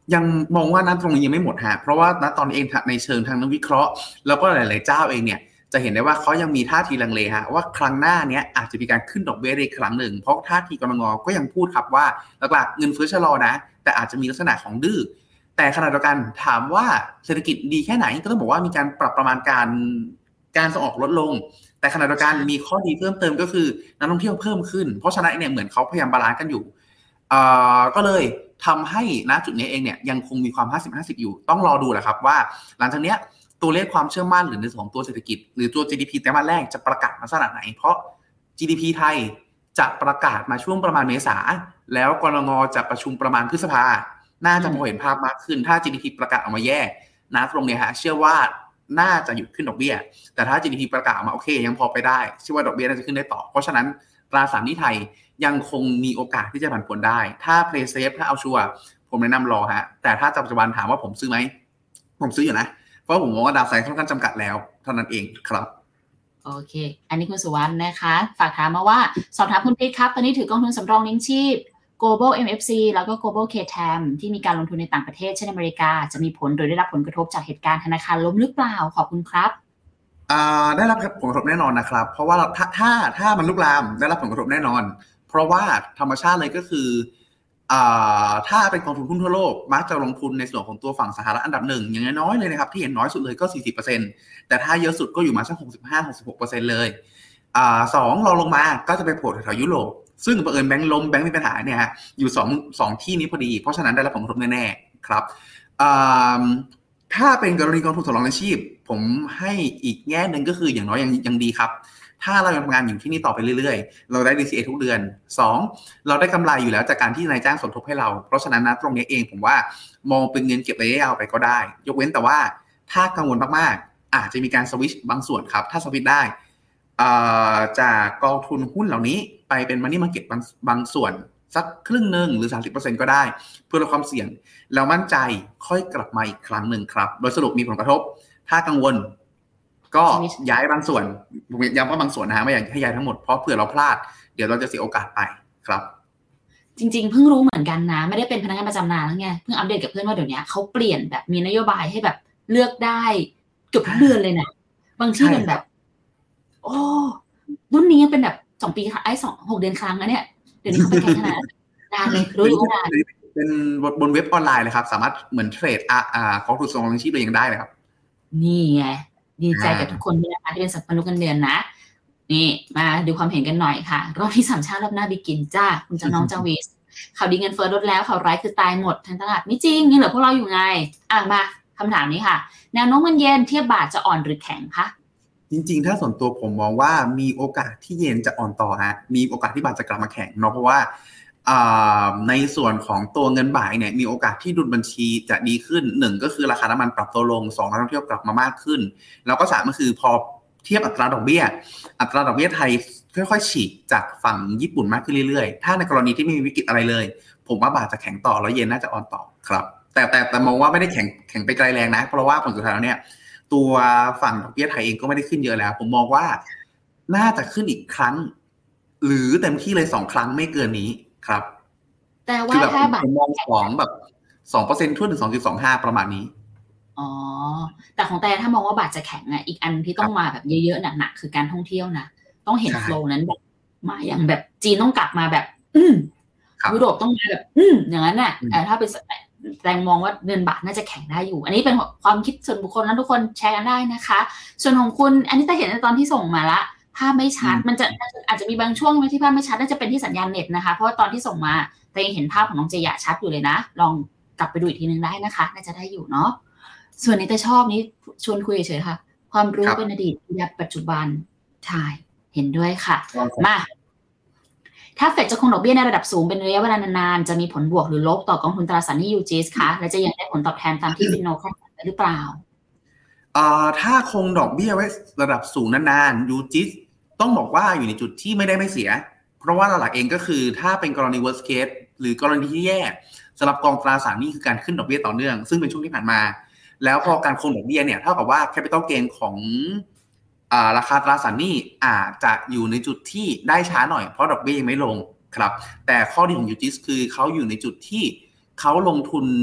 ยังมองว่าณตรงนี้ยังไม่หมดฮะเพราะว่าณตอนนี้เองในเชิงทางนักวิเคราะห์แล้วก็หลายๆเจ้าเองเนี่ยจะเห็นได้ว่าเขายังมีท่าทีลังเลฮะว่าครั้งหน้าเนี้ยอาจจะมีการขึ้นดอกเบี้ยอีกครั้งหนึ่งเพราะท่าทีกรงก็ยังพูดครับว่าหลักๆเงินเฟ้อชะลอนะแต่อาจจะมีลักษณะของดื้อแต่ขณะเดียวกันถามว่าเศรษฐกิจดีแค่ไหนก็ต้องบอกว่ามีการปรับประมาณการส่งออกลดลงแต่ขณะเดียวกันมีข้อดีเพิ่มเติมก็คือนักท่องเที่ยวเพิ่มขึ้นเพราะฉะนั้นเนี่ยเหมือนเขาพยายามบาลานซ์กันอยู่ก็เลยทำให้ณจุดนี้เองเนี่ยยังคงมีความ 50-50 อยู่ต้องรอดูแหละครับว่าหลังจากนี้ตัวเลขความเชื่อมั่นหรือในส่วนของตัวเศรษฐกิจหรือตัว GDP ไตรมาสแรกจะประกาศลักษณะไหนเพราะ GDP ไทยจะประกาศมาช่วงประมาณเมษาแล้วกรงจะประชุมประมาณพฤษภาน่าจะพอเห็นภาพมากขึ้นถ้า GDP ประกาศออกมาแย่นะตรงนี้ฮะเชื่อว่าน่าจะหยุดขึ้นดอกเบี้ยแต่ถ้า GDP ประกาศออกมาโอเคยังพอไปได้เชื่อว่าดอกเบี้ยน่าจะขึ้นได้ต่อเพราะฉะนั้นตราสารหนี้ไทยยังคงมีโอกาสที่จะผันผวนได้ถ้า play safe ถ้าเอาชัวร์ผมแนะนำรอฮะแต่ถ้าปัจจุบันถามว่าผมซื้อไหมผมซื้ออยู่นะเพราะผมมองว่าดาวไซด์ค่อนข้างจำกัดแล้วเท่านั้นเองครับโอเคอันนี้คุณสุวรรณนะคะฝากถามมาว่าสอบถามคุณพีทครับตอนนี้ถือกองทุนสำรองเลี้ยงชีพ Global MFC แล้วก็ Global KTAM ที่มีการลงทุนในต่างประเทศเช่นอเมริกาจะมีผลหรือได้รับผลกระทบจากเหตุการณ์ธนาคารล้มหรือเปล่าขอบคุณครับได้รับผลกระทบแน่นอนนะครับเพราะว่าถ้ามันลุกลามได้รับผลกระทบแน่นอนเพราะว่าธรรมชาติเลยก็คือถ้าเป็นกองทุนหุ้นทั่วโลกมักจะลงทุนในส่วนของตัวฝั่งสหรัฐอันดับหนึ่งอย่างน้อยเลยนะครับที่เห็นน้อยสุดเลยก็ 40% แต่ถ้าเยอะสุดก็อยู่มาสัก 65-66% เลย2รองลงมาก็จะไปโผล่แถวยุโรปซึ่งบังเอิญแบงก์ล้มแบงก์มีปัญหาเนี่ยฮะอยู่2ที่นี้พอดีเพราะฉะนั้นได้รับผลกระทบแน่ๆครับถ้าเป็นกรณีกองทุนสำรองเลี้ยงชีพผมให้อีกแง่นึงก็คืออย่างน้อยยังดีครับถ้าเรายังทำงานอยู่ที่นี่ต่อไปเรื่อยๆเราได้ DCA ทุกเดือน2เราได้กำไรอยู่แล้วจากการที่นายจ้างสมทบให้เราเพราะฉะนั้นนะตรงนี้เองผมว่ามองเป็นเงินเก็บระยะยาวไปก็ได้ยกเว้นแต่ว่าถ้ากังวลมากๆอาจจะมีการสวิตช์บางส่วนครับถ้าสวิตช์ได้จากกองทุนหุ้นเหล่านี้ไปเป็น Money Market บางส่วนสักครึ่งนึงหรือ 30% ก็ได้เพื่อลดความเสี่ยงแล้วมั่นใจค่อยกลับมาอีกครั้งหนึ่งครับโดยสรุปมีผลกระทบถ้ากังวลก็ย้ายบางส่วนผมย้ำว่าบางส่วนนะฮะไม่อยากให้ย้ายทั้งหมดเพราะเผื่อเราพลาดเดี๋ยวเราจะเสียโอกาสไปครับจริงๆเพิ่งรู้เหมือนกันนะไม่ได้เป็นพนักงานประจำนานแล้วไงเพิ่งอัปเดตกับเพื่อนว่าเดี๋ยวนี้เขาเปลี่ยนแบบมีนโยบายให้แบบเลือกได้เกือบทุกเดือนเลยนะบางที่เป็นแบบโอ้รุ่นนี้เป็นแบบ2 ปีค่ะ6 เดือนครั้งนะเนี่ยเดี๋ยวนี้เขาไปแข่งขนาดนานเลยรู้นานเป็นบนเว็บออนไลน์เลยครับสามารถเหมือนเทรดของทุนสำรองเลี้ยงชีพเลยยังได้เลยครับนี่ไงดีใจกับทุกคนด้วยนะคะที่เป็นสัมพันธ์ลูกเงินเดือนนะนี่มาดูความเห็นกันหน่อยค่ะรอบที่3ชาติรอบหน้าบิกินจ้าคุณจะน้องจาวิสข่าวดีเงินเฟ้อลดแล้วข่าวร้ายคือตายหมดทั้งตลาดไม่จริงนี่เหลือพวกเราอยู่ไงมาคำถามนี้ค่ะแนวโน้มเงินเยนเทียบบาทจะอ่อนหรือแข็งคะจริงๆถ้าส่วนตัวผมมองว่ามีโอกาสที่เยนจะอ่อนต่อฮะมีโอกาสที่บาทจะกลับมาแข็งเนาะเพราะว่าในส่วนของตัวเงินบาทเนี่ยมีโอกาสที่ดุลบัญชีจะดีขึ้น1ก็คือราคาน้ำมันปรับตัวลง2นักท่องเที่ยวกลับมามากขึ้นแล้วก็3ก็คือพอเทียบอัตราดอกเบี้ยไทยค่อยๆฉีกจากฝั่งญี่ปุ่นมากขึ้นเรื่อยๆถ้าในกรณีที่ไม่มีวิกฤตอะไรเลยผมว่าบาทจะแข็งต่อแล้วเยนน่าจะอ่อนต่อครับแต่มองว่าไม่ได้แข็งไปไกลแรงนะเพราะว่าผลสุดท้ายแล้วเนี่ยตัวฝั่งดอกเบี้ยไทยเองก็ไม่ได้ขึ้นเยอะแล้วผมมองว่าน่าจะขึ้นอีกครั้งหรือเต็มที่เลย2ครั้งไม่เกินนี้ครับแต่ว่าถ้าบาทมอง2แบบ 2% ทั่วถึง 2.25 ประมาณนี้แต่ของแต่ถ้ามองว่าบาทจะแข็งอ่ะอีกอันที่ต้องมาแบบเยอะๆหนักๆคือการท่องเที่ยวนะต้องเห็นโฟลว์นั้นแบบมาอย่างแบบจีนต้องกลับมาแบบยุโรปต้องมาแบบอย่างนั้นน่ะถ้าเป็นแรงมองว่าเงินบาทน่าจะแข็งได้อยู่อันนี้เป็นความคิดส่วนบุคคลแล้วทุกคนแชร์กันได้นะคะส่วนของคุณอันนี้แต่เห็นในตอนที่ส่งมาละภาพไม่ชัดมันจะอาจจะมีบางช่วงที่ภาพไม่ชัดน่าจะเป็นที่สัญญาณเน็ตนะคะเพราะว่าตอนที่ส่งมาแต่ยังเห็นภาพของน้องเจยะชัดอยู่เลยนะลองกลับไปดูอีกทีนึงได้นะคะน่าจะได้อยู่เนาะส่วนนี้แต่ชอบนี้ชวนคุยเฉยๆค่ะความรู้เป็นอดีตยับปัจจุบันใช่เห็นด้วยค่ะมาถ้าเฟดจะคงดอกเบี้ยในระดับสูงเป็นระยะเวลานานๆจะมีผลบวกหรือลบต่อกองทุนตราสารหนี้ยูจิสคะและจะยังได้ผลตอบแทนตามที่ฟิโนคาดหวังหรือเปล่าถ้าคงดอกเบี้ยไว้ระดับสูงนานๆยูจิสต้องบอกว่าอยู่ในจุดที่ไม่ได้ไม่เสียเพราะว่าหลักๆเองก็คือถ้าเป็นกรณี worst case หรือกรณีที่แย่สำหรับกองตราสารหนี้คือการขึ้นดอกเบี้ยต่อเนื่องซึ่งเป็นช่วงที่ผ่านมาแล้วพอการคงดอกเบี้ยเนี่ยเท่ากับว่า capital gain ของราคาตราสารหนี้อาจจะอยู่ในจุดที่ได้ช้าหน่อยเพราะดอกเบี้ยยังไม่ลงครับแต่ข้อดีของยูจิสคือเขาอยู่ในจุดที่เขาลงทุน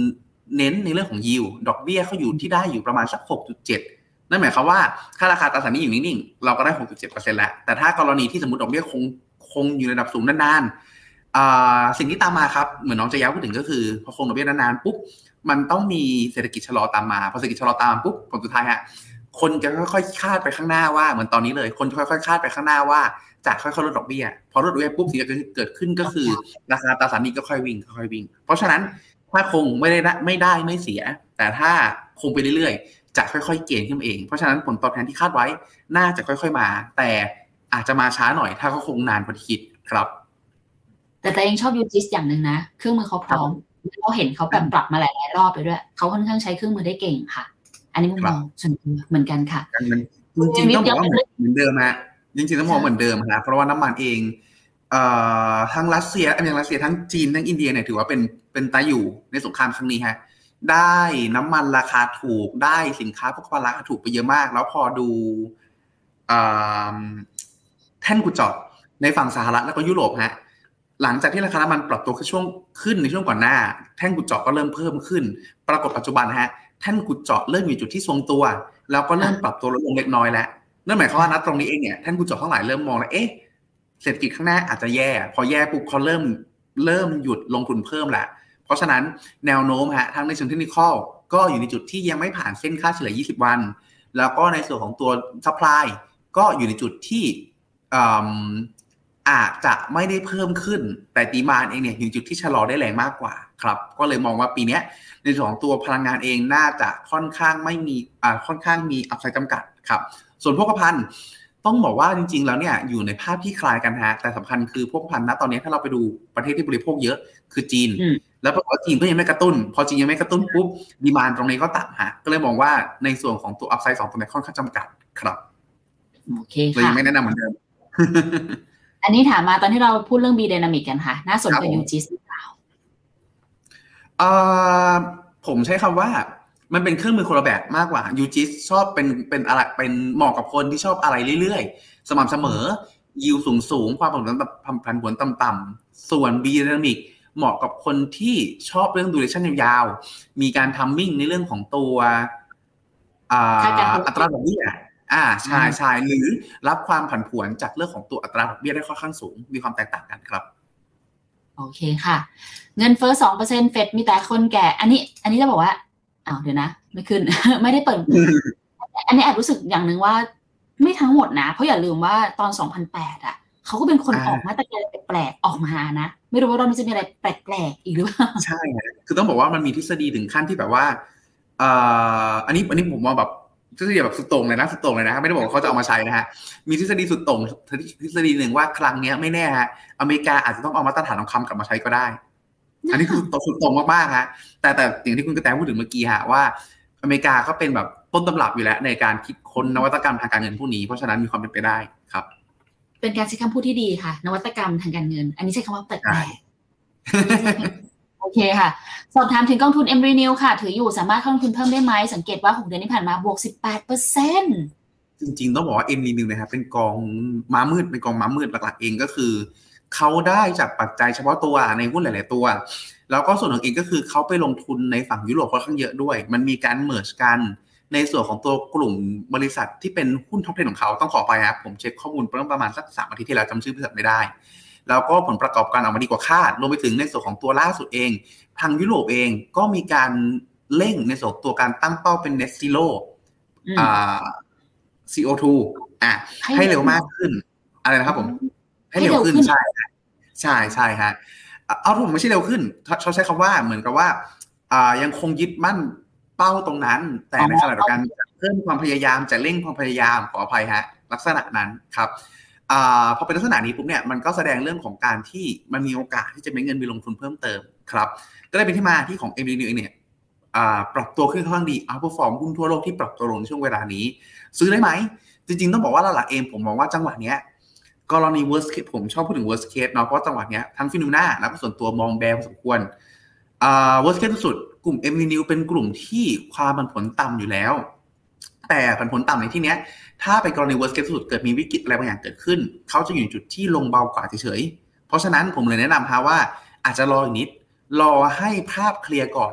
เน้นในเรื่องของ yield ดอกเบี้ยเขาอยู่ที่ได้อยู่ประมาณสัก 6.7 นั่นหมายความว่าถ้าราคาตราสารหนี้อยู่นิ่งๆเราก็ได้ 6.7% แล้วแต่ถ้ากรณีที่สมมุติดอกเบี้ยคงอยู่ในระดับสูงนานๆสิ่งที่ตามมาครับเหมือนน้องจะย้ำพูดถึงก็คือพอคงดอกเบี้ยนานๆปุ๊บมันต้องมีเศรษฐกิจชะลอตามมาพอเศรษฐกิจชะลอตามปุ๊บผลสุดท้ายฮะคนจะค่อยๆคาดไปข้างหน้าว่าเหมือนตอนนี้เลยคนค่อยๆคาดไปข้างหน้าว่าจะค่อยๆลดดอกเบี้ยพอลดดอกเบี้ยปุ๊บสิ่งที่เกิดขึ้นก็คือราคาตราสารหนี้ก็ค่อยวิ่งเพราะฉะนั้นถ้าคงไม่เสียแต่ถ้าคงไปเรื่อยๆจะค่อยๆเกณฑ์ขึ้นเองเพราะฉะนั้นผลตอบแทนที่คาดไว้น่าจะค่อยๆมาแต่อาจจะมาช้าหน่อยถ้าเขาคงนานกว่าที่คิดครับแต่เองชอบยูจิสอย่างนึงนะเครื่องมือเขาพร้อมเราเห็นเขาแบบปรับมาหลายๆรอบไปด้วยเขาค่อนข้างใช้เครื่องมือได้เก่งค่ะอันนี้มุมมองส่วนตัวเหมือนกันค่ะจริงๆต้องบอกว่าเหมือนเดิมฮะจริงๆต้องมองเหมือนเดิมนะเพราะว่าน้ำมันเองทั้งรัสเซียทั้งจีนทั้งอินเดียเนี่ยถือว่าเป็นตาอยู่ในสงครามครั้งนี้ฮะได้น้ำมันราคาถูกได้สินค้าพวกราคาถูกไปเยอะมากแล้วพอดูแท่นขุดเจาะในฝั่งสหรัฐแล้วก็ยุโรปฮะหลังจากที่ราคาน้ำมันปรับตัวขึ้นในช่วงก่อนหน้าแท่นขุดเจาะก็เริ่มเพิ่มขึ้นปรากฏปัจจุบันฮะแท่นขุดเจาะเริ่มอยู่จุดที่ทรงตัวแล้วก็เริ่มปรับตัวลดลงเล็กน้อยแล้วนั่นหมายความว่าณตรงนี้เองเนี่ยแท่นขุดเจาะทั้งหลายเริ่มมองแล้วเศรษฐกิจข้างหน้าอาจจะแย่พอแย่ปุ๊บเขาเริ่มหยุดลงทุนเพิ่มแล้วเพราะฉะนั้นแนวโน้มฮะทั้งในเชิงเทคนิคอลก็อยู่ในจุดที่ยังไม่ผ่านเส้นค่าเฉลี่ย20วันแล้วก็ในส่วนของตัวซัพพลายก็อยู่ในจุดที่อาจจะไม่ได้เพิ่มขึ้นแต่ดีมานด์เองเนี่ยอยู่จุดที่ชะลอได้แรงมากกว่าครับก็เลยมองว่าปีนี้ในส่วนของตัวพลังงานเองน่าจะค่อนข้างมีอัพไซด์จำกัดครับส่วนโภคภัณฑ์ต้องบอกว่าจริงๆแล้วเนี่ยอยู่ในภาพที่คล้ายกันฮะแต่สำคัญคือโภคภัณฑ์ณตอนนี้ถ้าเราไปดูประเทศที่บริโภคเยอะคือจีนแล้วปรากฏว่าจีนก็ยังไม่กระตุ้นพอจีนยังไม่กระตุ้นปุ๊บดีมานด์ตรงนี้ก็ต่ำฮะก็เลยมองว่าในส่วนของตัวอัพไซด์2ตัวนี้ค่อนข้างจำกัดครับโอเคค่ะเลยไม่แนะนำเหมือนเดิมอันนี้ถามมาตอนที่เราพูดเรื่อง B Dynamic กันค่ะน่าสนใจ UGIS หรือเปล่าผมใช้คำว่ามันเป็นเครื่องมือคนละแบบมากกว่า UGIS ชอบเป็นอะไรเป็นเหมาะกับคนที่ชอบอะไรเรื่อยๆสม่ำเสมอยิวสูงความผันผวนต่ำๆส่วน B Dynamic เหมาะกับคนที่ชอบเรื่อง duration ยาวๆมีการทัมมิ่งในเรื่องของตัวอัตราดอกเบี้ยใช่หรือรับความผันผวนจากเรื่องของตัวอัตราดอกเบี้ยได้ค่อนข้างสูงมีความแตกต่างกันครับโอเคค่ะเงินเฟ้อ 2% เฟดมีแต่คนแก่อันนี้จะบอกว่าเดี๋ยวนะไม่ขึ้น ไม่ได้เปิด อันนี้แอบรู้สึกอย่างนึงว่าไม่ทั้งหมดนะเพราะอย่าลืมว่าตอน 2008 เขาก็เป็นคนออกมาตรการแปลกๆออกมานะไม่รู้ว่ารอบนี้จะมีอะไรแปลกๆอีกหรือเปล่าใช่คือต้องบอกว่ามันมีทฤษฎีถึงขั้นที่แบบว่าอันนี้ผมว่าแบบทฤษฎีแบบสุดโต่งเลยนะไม่ได้บอกว่าเขาจะเอามาใช้นะฮะมีทฤษฎีสุดโต่งทฤษฎีหนึ่งว่าครั้งนี้ไม่แน่ฮะอเมริกาอาจจะต้องเอามาตรฐานทองคำกลับมาใช้ก็ได้อันนี้คือสุดโต่งมากๆฮะแต่อย่างที่คุณกระแตพูดถึงเมื่อกี้ฮะว่าอเมริกาก็เป็นแบบต้นตำรับอยู่แล้วในการคิดค้นนวัตกรรมทางการเงินพวกนี้เพราะฉะนั้นมีความเป็นไปได้ครับเป็นการใช้คำพูดที่ดีค่ะนวัตกรรมทางการเงินอันนี้ใช้คำว่าแปลกโอเคค่ะสอบถามถึงกองทุน MRenew ค่ะถืออยู่สามารถเข้าลงทุนเพิ่มได้ไหมสังเกตว่า6เดือนที่ผ่านมาบวก 18% จริงๆต้องบอกว่า MRenew นะครับเป็นกองม้ามืดหลักๆเองก็คือเขาได้จากปัจจัยเฉพาะตัวในหุ้นหลายๆตัวแล้วก็ส่วนของเองก็คือเขาไปลงทุนในฝั่งยุโรปค่อนข้างเยอะด้วยมันมีการเมิร์จกันในส่วนของตัวกลุ่มบริษัทที่เป็นหุ้นท็อป10ของเขาต้องขอไปครับผมเช็คข้อมูลประมาณสัก3อาทิตย์ที่แล้วจำชื่อบริษัทไม่ได้แล้วก็ผลประกอบการออกมาดีกว่าคาดรวมไปถึงในส่วนของตัวล่าสุดเองทางยุโรปเองก็มีการเร่งในส่วนตัวการตั้งเป้าเป็น net zero CO2 ให้เร็วมากขึ้นอะไรนะครับผมให้เร็วขึ้นใช่ฮะเอาผมไม่ใช่เร็วขึ้นเขาใช้คำว่าเหมือนกับว่ายังคงยึดมั่นเป้าตรงนั้นแต่ในขณะเดียวกันจะเพิ่มความพยายามจะเร่งความพยายามขออภัยฮะลักษณะนั้นครับพอเป็นลักษณะนี้ปุ๊บเนี่ยมันก็แสดงเรื่องของการที่มันมีโอกาสที่จะมีเงินมีลงทุนเพิ่มเติมครับก็เลยเป็นที่มาที่ของ MRenew เนี่ยปรับตัวขึ้นค่อนข้างดีoutperformหุ้นทั่วโลกที่ปรับตัวลงในช่วงเวลานี้ซื้อได้ไหมจริงๆต้องบอกว่าหลักๆเองผมมองว่าจังหวะเนี้ยกรณี worst case ผมชอบพูดถึง worst case เนาะเพราะจังหวะเนี้ยทั้งฟิโนเมนาแล้วก็ส่วนตัวมองแบร์พอสมควรworst case สุดกลุ่ม MRenew เป็นกลุ่มที่ความผันผวนต่ำอยู่แล้วแต่ผันผวนต่ำในที่เนี้ยถ้าเป็นกรณี worst case สุดเกิดมีวิกฤตอะไรบางอย่างเกิดขึ้นเขาจะอยู่ในจุดที่ลงเบากว่าเฉยๆเพราะฉะนั้นผมเลยแนะนำว่าอาจจะรออีกนิดรอให้ภาพเคลียร์ก่อน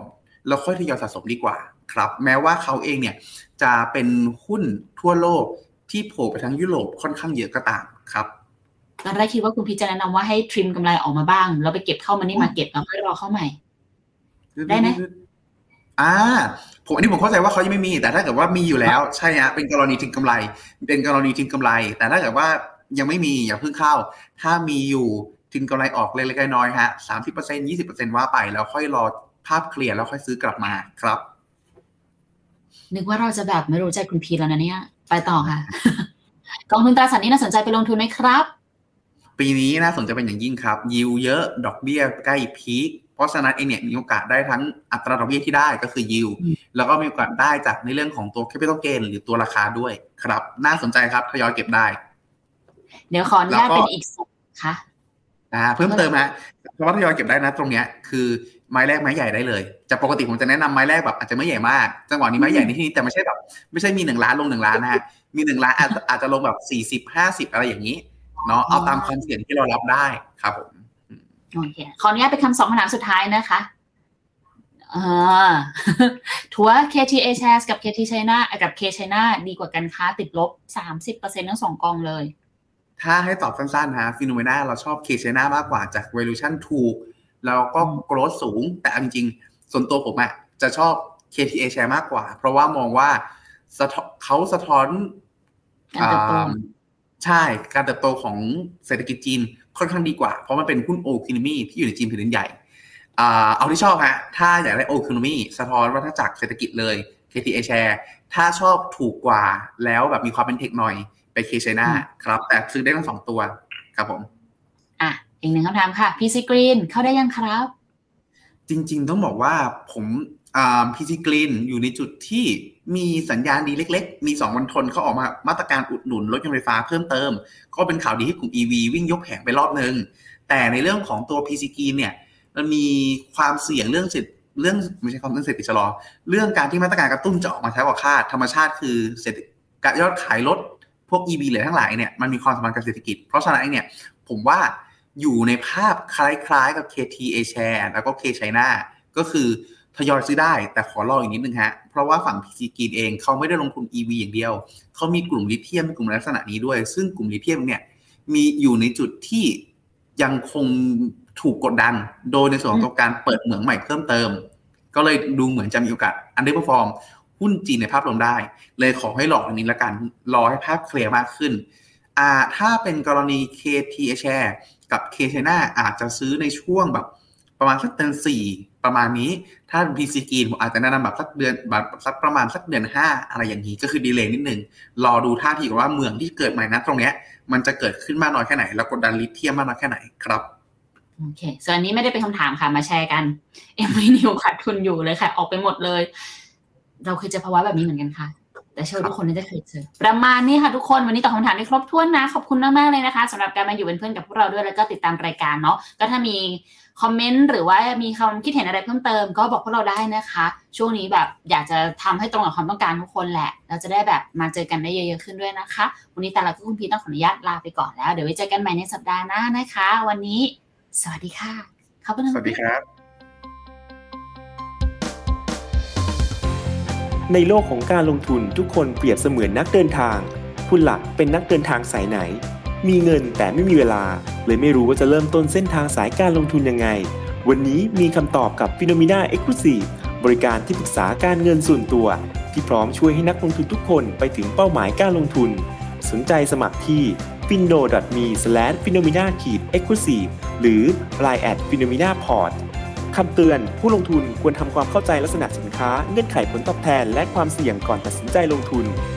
แล้วค่อยทยอยสะสมดีกว่าครับแม้ว่าเขาเองเนี่ยจะเป็นหุ้นทั่วโลกที่โผล่ไปทางยุโรปค่อนข้างเยอะก็ตามครับตอนแรกคิดว่าคุณพีชจะแนะนำว่าให้ทริมกำไรออกมาบ้างแล้วไปเก็บเข้าMoney Marketแล้วค่อยรอเข้าใหม่ได้ไหมอันนี้ผมเข้าใจว่าเขายังไม่มีแต่ถ้าเกิดว่ามีอยู่แล้วใช่ฮะเป็นกรณีทิ้งกำไรแต่ถ้าเกิดว่ายังไม่มีอย่าเพิ่งเข้าถ้ามีอยู่ทิ้งกำไรออกเล็กๆน้อยๆฮะ 30% 20% ว่าไปแล้วค่อยรอภาพเคลียร์แล้วค่อยซื้อกลับมาครับนึกว่าเราจะแบบไม่รู้ใจคุณพีแล้วนะเนี่ยไปต่อค่ะ กองทุนตราสารหนี้น่าสนใจไปลงทุนไหมครับปีนี้น่าสนใจเป็นอย่างยิ่งครับยิวเยอะดอกเบี้ยใกล้พีคเพราะฉะนั้นเองเนี่ยมีโอกาสได้ทั้งอัตราดอกเบี้ยที่ได้ก็คือยิวแล้วก็มีโอกาสได้จากในเรื่องของตัว capital gain หรือตัวราคาด้วยครับน่าสนใจครับทยอยเก็บได้เดี๋ยวขออนุญาตเป็นอีกค่ะเพิ่มเติมนะเพราะว่าทยอยเก็บได้นะตรงเนี้ยคือไม้แรกไม้ใหญ่ได้เลยจากปกติผมจะแนะนำไม้แรกแบบอาจจะไม่ใหญ่มากจังหวะนี้ไม้ใหญ่ในที่นี้แต่ไม่ใช่แบบไม่ใช่มี1ล้านลง1ล้านนะฮะมี1ล้านอาจจะลงแบบ40-50อะไรอย่างนี้เนาะเอาตามความเสี่ยงที่เรารับได้ครับผมโอเคขออนุญาตไปคำ2คำถามสุดท้ายนะคะทัว KTA Shares กับ KT China กับ K China ดีกว่ากันค้าติดลบ 30% ทั้ง2กองเลยถ้าให้ตอบสั้นๆฮะฟิโนเมนาเราชอบ K China มากกว่าจาก valuation ถูกแล้วก็ growth สูงแต่จริงๆส่วนตัวผมจะชอบ KTA Share มากกว่าเพราะว่ามองว่าเขาสะท้อนใช่การเติบโตของเศรษฐกิจจีนค่อนข้างดีกว่าเพราะมันเป็นหุ้นโอคิโนมีที่อยู่ในจีนแผ่นดินใหญ่เอาที่ชอบฮะถ้าอยากได้โอคิโนมีสะท้อนวัฏจักรเศรษฐกิจเลย KTA Share ถ้าชอบถูกกว่าแล้วแบบมีความเป็นเทคหน่อยไป K China ครับแต่ซื้อได้ทั้ง2ตัวครับผมอีกหนึ่งคำถามค่ะ PC Green เข้าได้ยังครับจริงๆต้องบอกว่าผมPC Green อยู่ในจุดที่มีสัญญาณดีเล็กๆมี2วันทนเขาออกมามาตรการอุดหนุนรถยนต์ไฟฟ้าเพิ่มเติมก็เป็นข่าวดีให้กลุ่ม EV วิ่งยกแผงไปรอบนึงแต่ในเรื่องของตัว PC Green เนี่ยมันมีความเสี่ยงเรื่องไม่ใช่ความเรื่องเศรษฐกิจชะลอเรื่องการที่มาตรการกระตุ้นจะออกมาช้ากว่าคาดธรรมชาติคือการยอดขายรถพวก EV เลยทั้งหลายเนี่ยมันมีความสัมพันธ์กับเศรษฐกิจเพราะฉะนั้นเนี่ยผมว่าอยู่ในภาพคล้ายๆกับ KTA Share แล้วก็ K China ก็คือทยอยซื้อได้แต่ขอรออีกนิดนึงฮะเพราะว่าฝั่ง PC Green เองเขาไม่ได้ลงทุน EV อย่างเดียวเขามีกลุ่มลิเธียมกลุ่มลักษณะนี้ด้วยซึ่งกลุ่มลิเธียมเนี่ยมีอยู่ในจุดที่ยังคงถูกกดดันโดยในส่วนของการเปิดเหมืองใหม่เพิ่มเติมก็เลยดูเหมือนจะมีโอกาสunderperformหุ้นจีนในภาพรวมได้เลยขอให้รออันนี้ละกันรอให้ภาพเคลียร์มากขึ้นถ้าเป็นกรณี KTA Share กับ K China อาจจะซื้อในช่วงแบบประมาณสักเดือน4ประมาณนี้ถ้า PC Green ผมอาจจะแนะนำแบบสักเดือนแบบสักประมาณสักเดือน5อะไรอย่างนี้ก็คือดีเลย์นิดนึงรอดูท่าทีว่าเมืองที่เกิดใหม่นะตรงเนี้ยมันจะเกิดขึ้นมากน้อยแค่ไหนแล้วกดดันลิเธียมมากน้อยแค่ไหนครับโอเคส่วนอันนี้ไม่ได้เป็นคำถามค่ะมาแชร์กันนิวขาดทุนอยู่เลยค่ะออกไปหมดเลยเราเคยเจอภาวะแบบนี้เหมือนกันค่ะแต่เชื่อทุกคนน่าจะเคยเจอประมาณนี้ค่ะทุกคนวันนี้ตอบคำถามได้ครบถ้วนนะขอบคุณมากๆเลยนะคะสำหรับการมาอยู่เป็นเพื่อนกับพวกเราด้วยแล้วก็ติดตามรายการเนาะก็ถ้ามีคอมเมนต์หรือว่ามีความคิดเห็นอะไรเพิ่มเติมก็บอกพวกเราได้นะคะช่วงนี้แบบอยากจะทำให้ตรงกับความต้องการทุกคนแหละเราจะได้แบบมาเจอกันได้เยอะๆขึ้นด้วยนะคะวันนี้แต่ละคุณพีต้องขออนุญาตลาไปก่อนแล้วเดี๋ยวไว้เจอกันใหม่ในสัปดาห์หน้านะคะวันนี้สวัสดีค่ะสวัสดีครับในโลกของการลงทุนทุกคนเปรียบเสมือนนักเดินทางคุณหลักเป็นนักเดินทางสายไหนมีเงินแต่ไม่มีเวลาเลยไม่รู้ว่าจะเริ่มต้นเส้นทางสายการลงทุนยังไงวันนี้มีคำตอบกับ Phenomena Exclusive บริการที่ปรึกษาการเงินส่วนตัวที่พร้อมช่วยให้นักลงทุนทุกคนไปถึงเป้าหมายการลงทุนสนใจสมัครที่ findo.me/phenomena-exclusive หรือ line@phenomenaport คำเตือนผู้ลงทุนควรทำความเข้าใจลักษณะสินค้าเงื่อนไขผลตอบแทนและความเสี่ยงก่อนตัดสินใจลงทุน